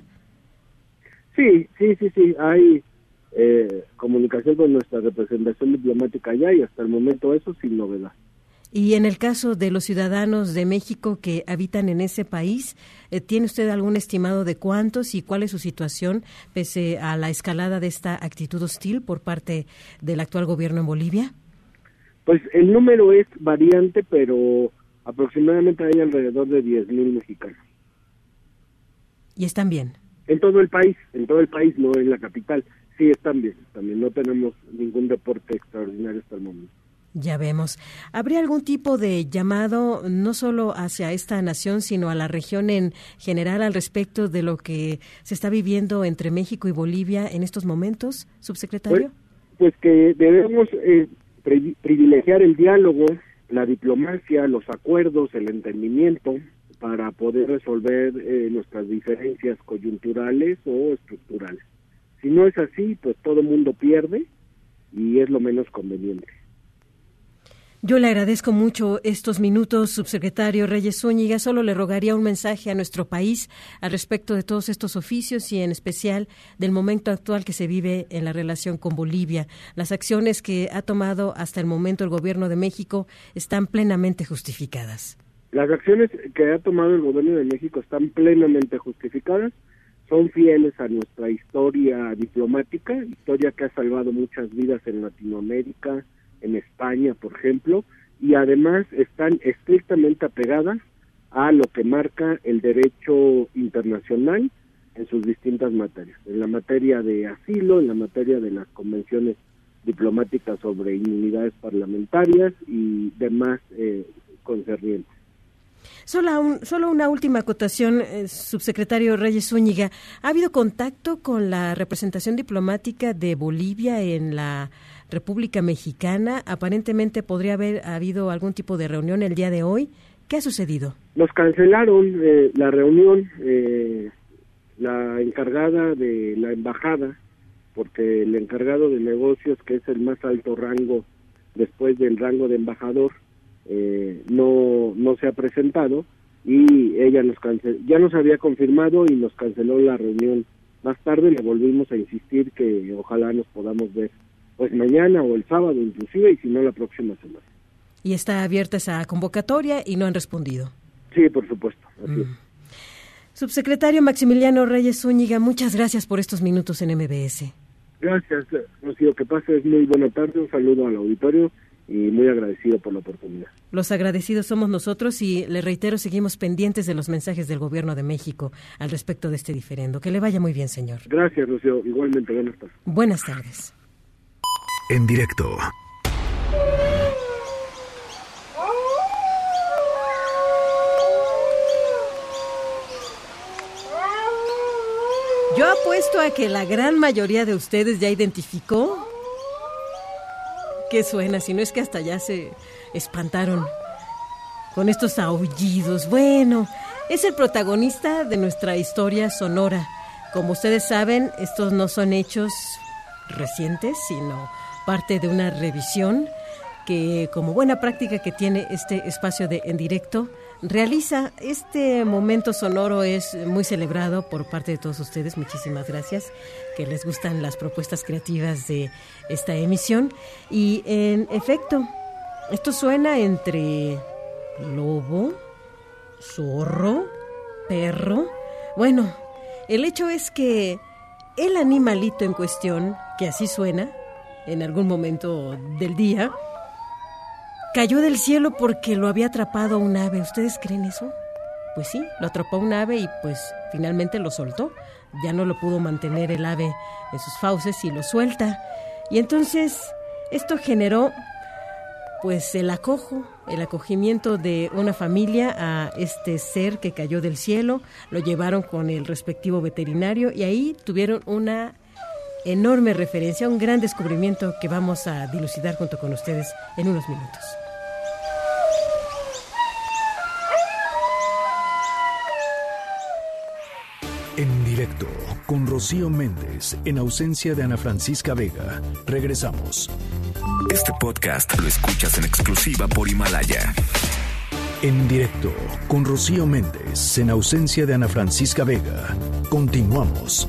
Sí, sí, sí, sí, hay eh, comunicación con nuestra representación diplomática allá y hasta el momento eso sin novedad. Y en el caso de los ciudadanos de México que habitan en ese país, eh, ¿tiene usted algún estimado de cuántos y cuál es su situación pese a la escalada de esta actitud hostil por parte del actual gobierno en Bolivia? Pues el número es variante, pero aproximadamente hay alrededor de diez mil mexicanos. ¿Y están bien? En todo el país, en todo el país, no en la capital. Sí, están bien, también no tenemos ningún reporte extraordinario hasta el momento. Ya vemos. ¿Habría algún tipo de llamado no solo hacia esta nación, sino a la región en general al respecto de lo que se está viviendo entre México y Bolivia en estos momentos, subsecretario? Pues, pues que debemos eh, pri- privilegiar el diálogo, la diplomacia, los acuerdos, el entendimiento para poder resolver eh, nuestras diferencias coyunturales o estructurales. Si no es así, pues todo mundo pierde y es lo menos conveniente. Yo le agradezco mucho estos minutos, subsecretario Reyes Zúñiga. Solo le rogaría un mensaje a nuestro país al respecto de todos estos oficios y en especial del momento actual que se vive en la relación con Bolivia. Las acciones que ha tomado hasta el momento el gobierno de México están plenamente justificadas. Las acciones que ha tomado el gobierno de México están plenamente justificadas, son fieles a nuestra historia diplomática, historia que ha salvado muchas vidas en Latinoamérica, en España, por ejemplo, y además están estrictamente apegadas a lo que marca el derecho internacional en sus distintas materias, en la materia de asilo, en la materia de las convenciones diplomáticas sobre inmunidades parlamentarias y demás eh, concernientes. Solo, un, solo una última acotación, eh, subsecretario Reyes Zúñiga. ¿Ha habido contacto con la representación diplomática de Bolivia en la República Mexicana? Aparentemente podría haber habido algún tipo de reunión el día de hoy. ¿Qué ha sucedido? Nos cancelaron eh, la reunión, eh, la encargada de la embajada, porque el encargado de negocios, que es el más alto rango después del rango de embajador, eh, no no se ha presentado y ella nos canceló, ya nos había confirmado y nos canceló la reunión. Más tarde le volvimos a insistir que ojalá nos podamos ver pues mañana o el sábado inclusive, y si no la próxima semana. Y está abierta esa convocatoria y no han respondido. Sí, por supuesto. Así mm. es. Subsecretario Maximiliano Reyes Zúñiga, muchas gracias por estos minutos en M B S. Gracias, Rocío, que pases muy buena tarde, un saludo al auditorio y muy agradecido por la oportunidad. Los agradecidos somos nosotros y, le reitero, seguimos pendientes de los mensajes del Gobierno de México al respecto de este diferendo. Que le vaya muy bien, señor. Gracias, Rocío. Igualmente, buenas tardes. Buenas tardes. En directo. Yo apuesto a que la gran mayoría de ustedes ya identificó qué suena, si no es que hasta ya se espantaron con estos aullidos. Bueno, es el protagonista de nuestra historia sonora. Como ustedes saben, estos no son hechos recientes, sino parte de una revisión que, como buena práctica que tiene este espacio de En Directo, realiza. Este momento sonoro es muy celebrado por parte de todos ustedes. Muchísimas gracias, que les gustan las propuestas creativas de esta emisión. Y en efecto, esto suena entre lobo, zorro, perro. Bueno, el hecho es que el animalito en cuestión, que así suena en algún momento del día, cayó del cielo porque lo había atrapado un ave. ¿Ustedes creen eso? Pues sí, lo atrapó un ave y pues finalmente lo soltó. Ya no lo pudo mantener el ave en sus fauces y lo suelta. Y entonces Esto generó pues el acojo, el acogimiento de una familia a este ser que cayó del cielo, lo llevaron con el respectivo veterinario y ahí tuvieron una enorme referencia, un gran descubrimiento que vamos a dilucidar junto con ustedes en unos minutos. En directo con Rocío Méndez, en ausencia de Ana Francisca Vega. Regresamos. Este podcast lo escuchas en exclusiva por Himalaya. En directo con Rocío Méndez, en ausencia de Ana Francisca Vega. Continuamos.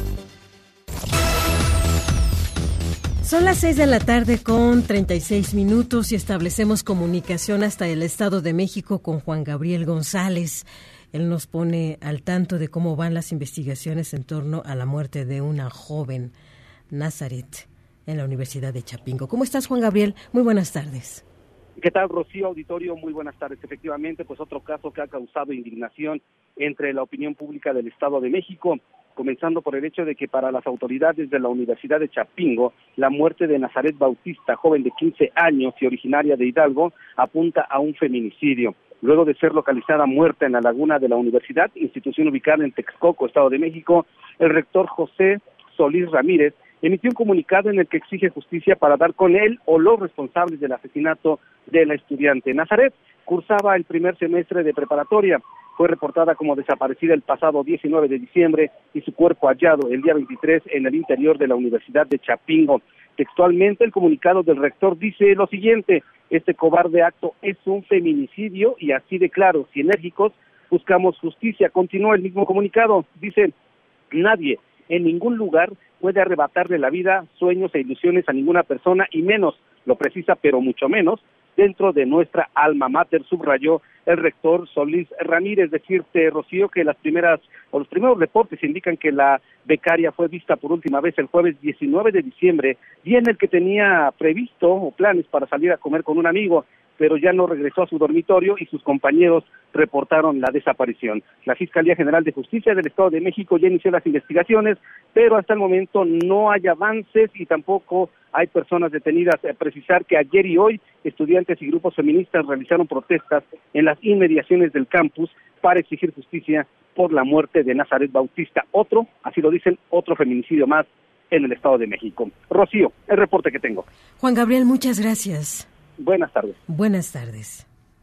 Son las seis de la tarde con treinta y seis minutos y establecemos comunicación hasta el Estado de México con Juan Gabriel González. Él nos pone al tanto de cómo van las investigaciones en torno a la muerte de una joven, Nazaret, en la Universidad de Chapingo. ¿Cómo estás, Juan Gabriel? Muy buenas tardes. ¿Qué tal, Rocío, auditorio? Muy buenas tardes. Efectivamente, pues otro caso que ha causado indignación entre la opinión pública del Estado de México, comenzando por el hecho de que para las autoridades de la Universidad de Chapingo, la muerte de Nazaret Bautista, joven de quince años y originaria de Hidalgo, apunta a un feminicidio. Luego de ser localizada muerta en la laguna de la universidad, institución ubicada en Texcoco, Estado de México, el rector José Solís Ramírez emitió un comunicado en el que exige justicia para dar con él o los responsables del asesinato de la estudiante. Nazaret cursaba el primer semestre de preparatoria, fue reportada como desaparecida el pasado diecinueve de diciembre y su cuerpo hallado el día veintitrés en el interior de la Universidad de Chapingo. Textualmente, el comunicado del rector dice lo siguiente: este cobarde acto es un feminicidio y así de claros y enérgicos buscamos justicia. Continúa el mismo comunicado, dice: nadie en ningún lugar puede arrebatarle la vida, sueños e ilusiones a ninguna persona y menos, lo precisa pero mucho menos, dentro de nuestra alma mater, subrayó el rector Solís Ramírez. Decirte, Rocío, que las primeras o los primeros reportes indican que la becaria fue vista por última vez el jueves diecinueve de diciembre, día en el que tenía previsto o planes para salir a comer con un amigo, pero ya no regresó a su dormitorio y sus compañeros reportaron la desaparición. La Fiscalía General de Justicia del Estado de México ya inició las investigaciones, pero hasta el momento no hay avances y tampoco hay personas detenidas. Eh, precisar que ayer y hoy estudiantes y grupos feministas realizaron protestas en las inmediaciones del campus para exigir justicia por la muerte de Nazaret Bautista. Otro, así lo dicen, otro feminicidio más en el Estado de México. Rocío, el reporte que tengo. Juan Gabriel, muchas gracias. Buenas tardes. Buenas tardes.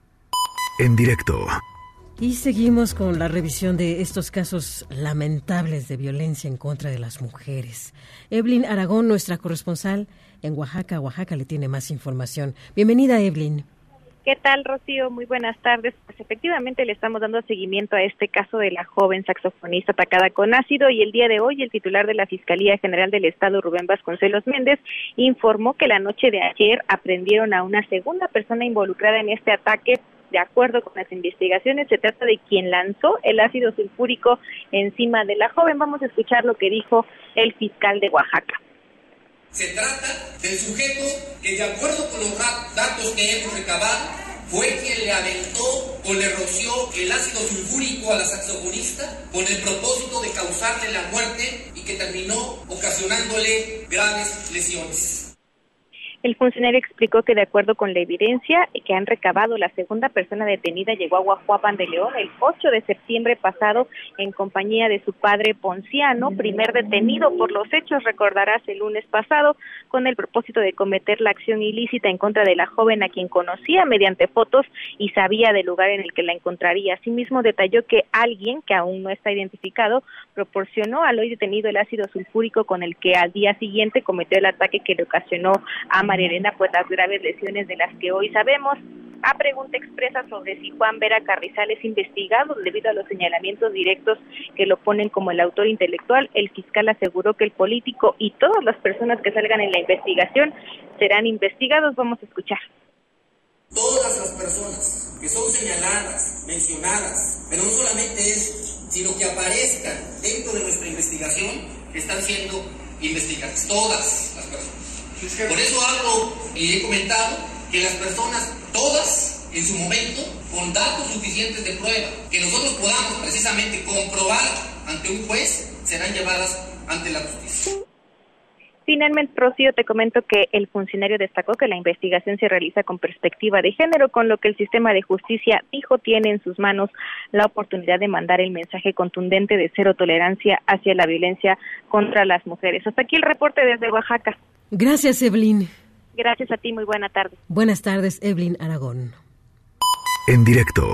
En directo. Y seguimos con la revisión de estos casos lamentables de violencia en contra de las mujeres. Evelyn Aragón, nuestra corresponsal en Oaxaca, Oaxaca, le tiene más información. Bienvenida, Evelyn. ¿Qué tal, Rocío? Muy buenas tardes. Pues efectivamente le estamos dando seguimiento a este caso de la joven saxofonista atacada con ácido y el día de hoy el titular de la Fiscalía General del Estado, Rubén Vasconcelos Méndez, informó que la noche de ayer aprendieron a una segunda persona involucrada en este ataque. De acuerdo con las investigaciones, se trata de quien lanzó el ácido sulfúrico encima de la joven. Vamos a escuchar lo que dijo el fiscal de Oaxaca. Se trata del sujeto que, de acuerdo con los datos que hemos recabado, fue quien le aventó o le roció el ácido sulfúrico a la saxofonista con el propósito de causarle la muerte y que terminó ocasionándole graves lesiones. El funcionario explicó que de acuerdo con la evidencia que han recabado, la segunda persona detenida llegó a Guajuapan de León el ocho de septiembre pasado en compañía de su padre Ponciano, primer detenido por los hechos, recordarás, el lunes pasado, con el propósito de cometer la acción ilícita en contra de la joven a quien conocía mediante fotos y sabía del lugar en el que la encontraría. Asimismo, detalló que alguien, que aún no está identificado, proporcionó al hoy detenido el ácido sulfúrico con el que al día siguiente cometió el ataque que le ocasionó a María Elena pues las graves lesiones de las que hoy sabemos. A pregunta expresa sobre si Juan Vera Carrizal es investigado debido a los señalamientos directos que lo ponen como el autor intelectual, el fiscal aseguró que el político y todas las personas que salgan en la investigación serán investigados. Vamos a escuchar. Todas las personas que son señaladas, mencionadas, pero no solamente eso, sino que aparezcan dentro de nuestra investigación, están siendo investigadas, todas las personas. Por eso hablo y he comentado que las personas, todas, en su momento, con datos suficientes de prueba, que nosotros podamos precisamente comprobar ante un juez, serán llevadas ante la justicia. Finalmente, Rocío, te comento que el funcionario destacó que la investigación se realiza con perspectiva de género, con lo que el sistema de justicia, dijo, tiene en sus manos la oportunidad de mandar el mensaje contundente de cero tolerancia hacia la violencia contra las mujeres. Hasta aquí el reporte desde Oaxaca. Gracias, Evelyn. Gracias a ti, muy buena tarde. Buenas tardes, Evelyn Aragón. En directo.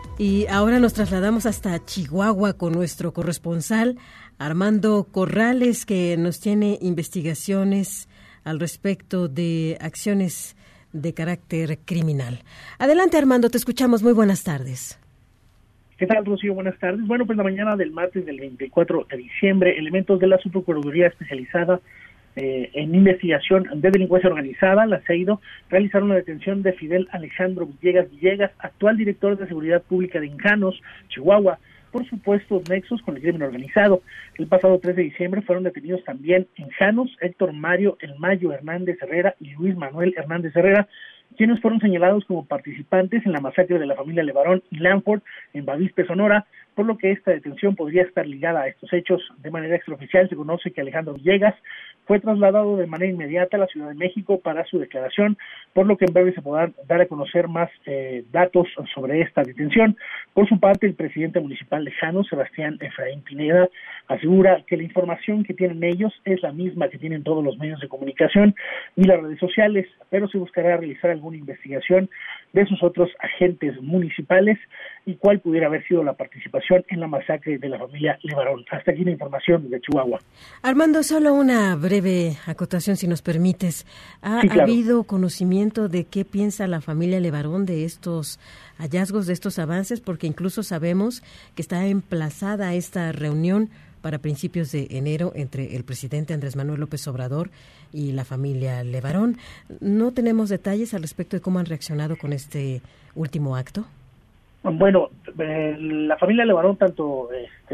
Y ahora nos trasladamos hasta Chihuahua con nuestro corresponsal Armando Corrales, que nos tiene investigaciones al respecto de acciones de carácter criminal. Adelante, Armando, te escuchamos. Muy buenas tardes. ¿Qué tal, Rocío? Buenas tardes. Bueno, pues la mañana del martes del veinticuatro de diciembre, elementos de la Subprocuraduría Especializada Eh, en investigación de delincuencia organizada, la CEIDO, realizaron la detención de Fidel Alejandro Villegas Villegas, actual director de Seguridad Pública de Injanos, Chihuahua, por supuestos nexos con el crimen organizado. El pasado tres de diciembre fueron detenidos también en Janos Héctor Mario El Mayo Hernández Herrera y Luis Manuel Hernández Herrera, quienes fueron señalados como participantes en la masacre de la familia Levarón y Lanford en Bavispe, Sonora, por lo que esta detención podría estar ligada a estos hechos. De manera extraoficial se conoce que Alejandro Villegas fue trasladado de manera inmediata a la Ciudad de México para su declaración, por lo que en breve se podrán dar a conocer más eh, datos sobre esta detención. Por su parte, el presidente municipal de Janos, Sebastián Efraín Pineda, asegura que la información que tienen ellos es la misma que tienen todos los medios de comunicación y las redes sociales, pero se buscará realizar alguna investigación de sus otros agentes municipales y cuál pudiera haber sido la participación en la masacre de la familia Levarón. Hasta aquí la información de Chihuahua. Armando, solo una breve acotación, si nos permites. ¿Ha Sí, claro. habido conocimiento de qué piensa la familia Levarón de estos hallazgos, de estos avances? Porque incluso sabemos que está emplazada esta reunión para principios de enero entre el presidente Andrés Manuel López Obrador y la familia Levarón. ¿No tenemos detalles al respecto de cómo han reaccionado con este último acto? Bueno, eh, la familia Levarón, tanto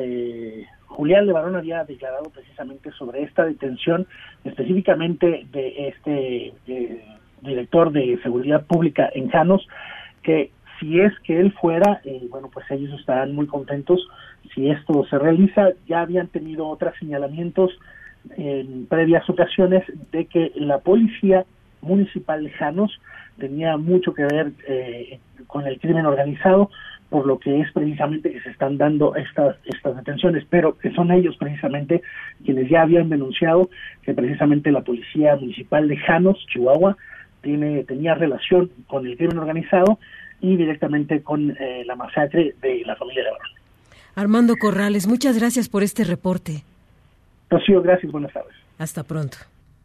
este Julián Levarón había declarado precisamente sobre esta detención, específicamente de este eh, director de Seguridad Pública en Janos, que si es que él fuera, eh, bueno, pues ellos estarán muy contentos si esto se realiza. Ya habían tenido otros señalamientos en previas ocasiones de que la policía municipal de Janos tenía mucho que ver eh, con el crimen organizado, por lo que es precisamente que se están dando estas estas detenciones, pero que son ellos precisamente quienes ya habían denunciado que precisamente la policía municipal de Janos, Chihuahua, tiene tenía relación con el crimen organizado y directamente con eh, la masacre de la familia de Levarón. Armando Corrales, muchas gracias por este reporte. Rocío, gracias, buenas tardes. Hasta pronto.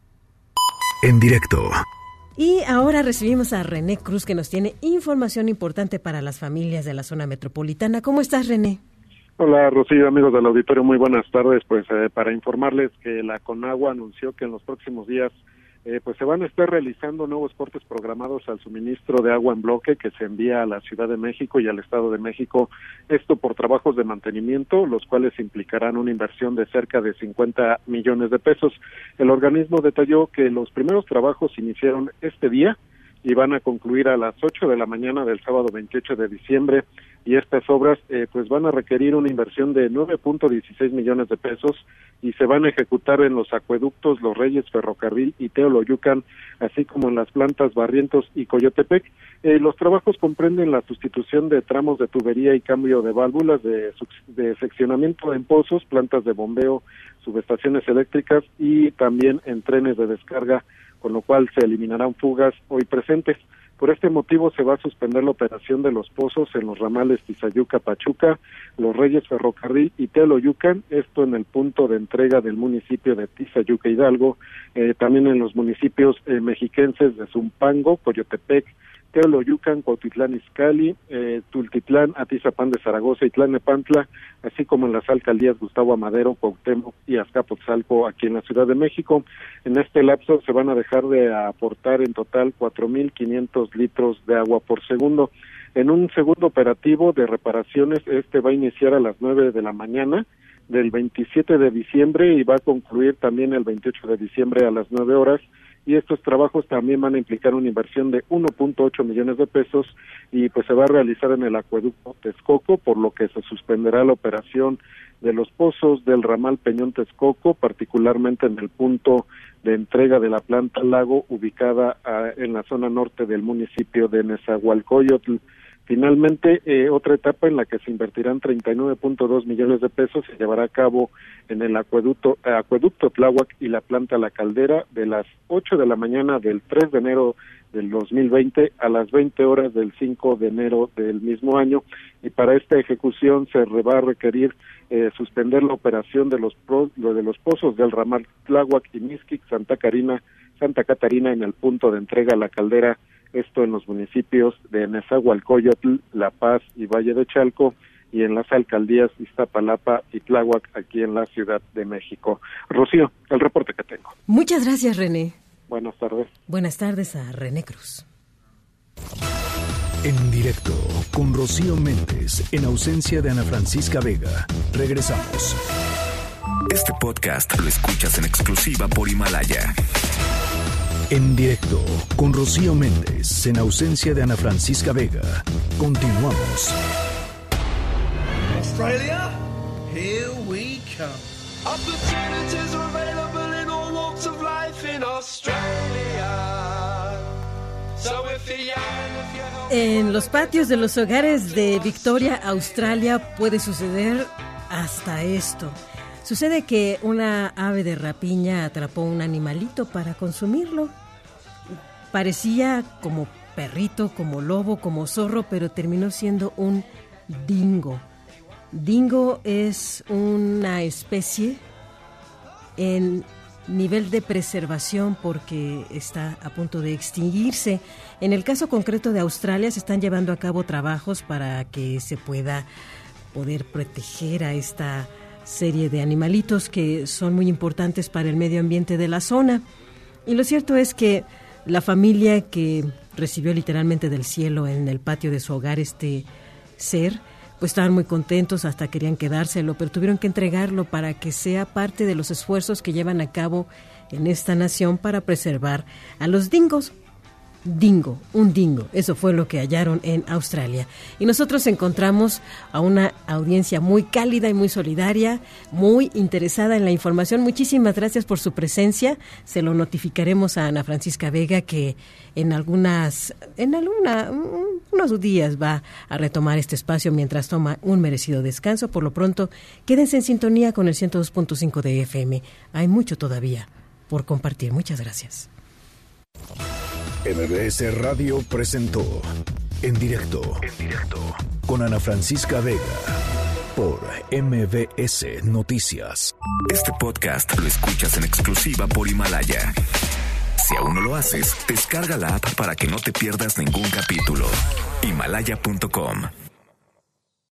En directo. Y ahora recibimos a René Cruz, que nos tiene información importante para las familias de la zona metropolitana. ¿Cómo estás, René? Hola, Rocío, amigos del auditorio, muy buenas tardes. Pues eh, para informarles que la Conagua anunció que en los próximos días eh, pues se van a estar realizando nuevos cortes programados al suministro de agua en bloque que se envía a la Ciudad de México y al Estado de México, esto por trabajos de mantenimiento, los cuales implicarán una inversión de cerca de cincuenta millones de pesos. El organismo detalló que los primeros trabajos iniciaron este día y van a concluir a las ocho de la mañana del sábado veintiocho de diciembre, y estas obras eh, pues van a requerir una inversión de nueve punto dieciséis millones de pesos y se van a ejecutar en los acueductos Los Reyes, Ferrocarril y Teoloyucan, así como en las plantas Barrientos y Coyotepec. Eh, los trabajos comprenden la sustitución de tramos de tubería y cambio de válvulas, de, de seccionamiento en pozos, plantas de bombeo, subestaciones eléctricas y también en trenes de descarga, con lo cual se eliminarán fugas hoy presentes. Por este motivo se va a suspender la operación de los pozos en los ramales Tizayuca-Pachuca, Los Reyes, Ferrocarril y Teoloyucan, esto en el punto de entrega del municipio de Tizayuca Hidalgo, eh, también en los municipios eh, mexiquenses de Zumpango, Coyotepec, Teoloyucan, Cuautitlán Izcalli, eh, Tultitlán, Atizapán de Zaragoza y Tlalnepantla, así como en las alcaldías Gustavo Amadero, Cuauhtémoc y Azcapotzalco, aquí en la Ciudad de México. En este lapso se van a dejar de aportar en total cuatro mil quinientos litros de agua por segundo. En un segundo operativo de reparaciones, este va a iniciar a las nueve de la mañana del veintisiete de diciembre y va a concluir también el veintiocho de diciembre a las nueve horas. Y estos trabajos también van a implicar una inversión de uno punto ocho millones de pesos y pues se va a realizar en el acueducto Texcoco, por lo que se suspenderá la operación de los pozos del ramal Peñón Texcoco, particularmente en el punto de entrega de la planta Lago, ubicada a, en la zona norte del municipio de Nezahualcóyotl. Finalmente, eh, otra etapa en la que se invertirán treinta y nueve punto dos millones de pesos se llevará a cabo en el acueducto, eh, acueducto Tláhuac y la planta La Caldera, de las ocho de la mañana del tres de enero del dos mil veinte a las veinte horas del cinco de enero del mismo año, y para esta ejecución se va a requerir eh, suspender la operación de los pro, de los pozos del ramal Tláhuac y Mixquic, Santa Catarina, Santa Catarina en el punto de entrega La Caldera, esto en los municipios de Nezahualcóyotl, La Paz y Valle de Chalco, y en las alcaldías Iztapalapa y Tláhuac, aquí en la Ciudad de México. Rocío, el reporte que tengo. Muchas gracias, René. Buenas tardes. Buenas tardes a René Cruz. En directo con Rocío Méndez, en ausencia de Ana Francisca Vega. Regresamos. Este podcast lo escuchas en exclusiva por Himalaya. En directo con Rocío Méndez, en ausencia de Ana Francisca Vega. Continuamos. Australia, here we come. Opportunities are available in all walks of life in Australia. So if you're young, if you're... En los patios de los hogares de Victoria, Australia, puede suceder hasta esto. Sucede que una ave de rapiña atrapó un animalito para consumirlo. Parecía como perrito, como lobo, como zorro, pero terminó siendo un dingo. Dingo es una especie en nivel de preservación porque está a punto de extinguirse. En el caso concreto de Australia se están llevando a cabo trabajos para que se pueda poder proteger a esta serie de animalitos que son muy importantes para el medio ambiente de la zona. Y lo cierto es que la familia que recibió literalmente del cielo en el patio de su hogar este ser, pues estaban muy contentos, hasta querían quedárselo, pero tuvieron que entregarlo para que sea parte de los esfuerzos que llevan a cabo en esta nación para preservar a los dingos. Dingo, un dingo, eso fue lo que hallaron en Australia. Y nosotros encontramos a una audiencia muy cálida y muy solidaria, muy interesada en la información. Muchísimas gracias por su presencia. Se lo notificaremos a Ana Francisca Vega, que en algunas, en alguna, unos días va a retomar este espacio mientras toma un merecido descanso. Por lo pronto, quédense en sintonía con el ciento dos punto cinco de F M. Hay mucho todavía por compartir. Muchas gracias. M B S Radio presentó En Directo, en directo con Ana Francisca Vega por M B S Noticias. Este podcast lo escuchas en exclusiva por Himalaya. Si aún no lo haces, descarga la app para que no te pierdas ningún capítulo. Himalaya punto com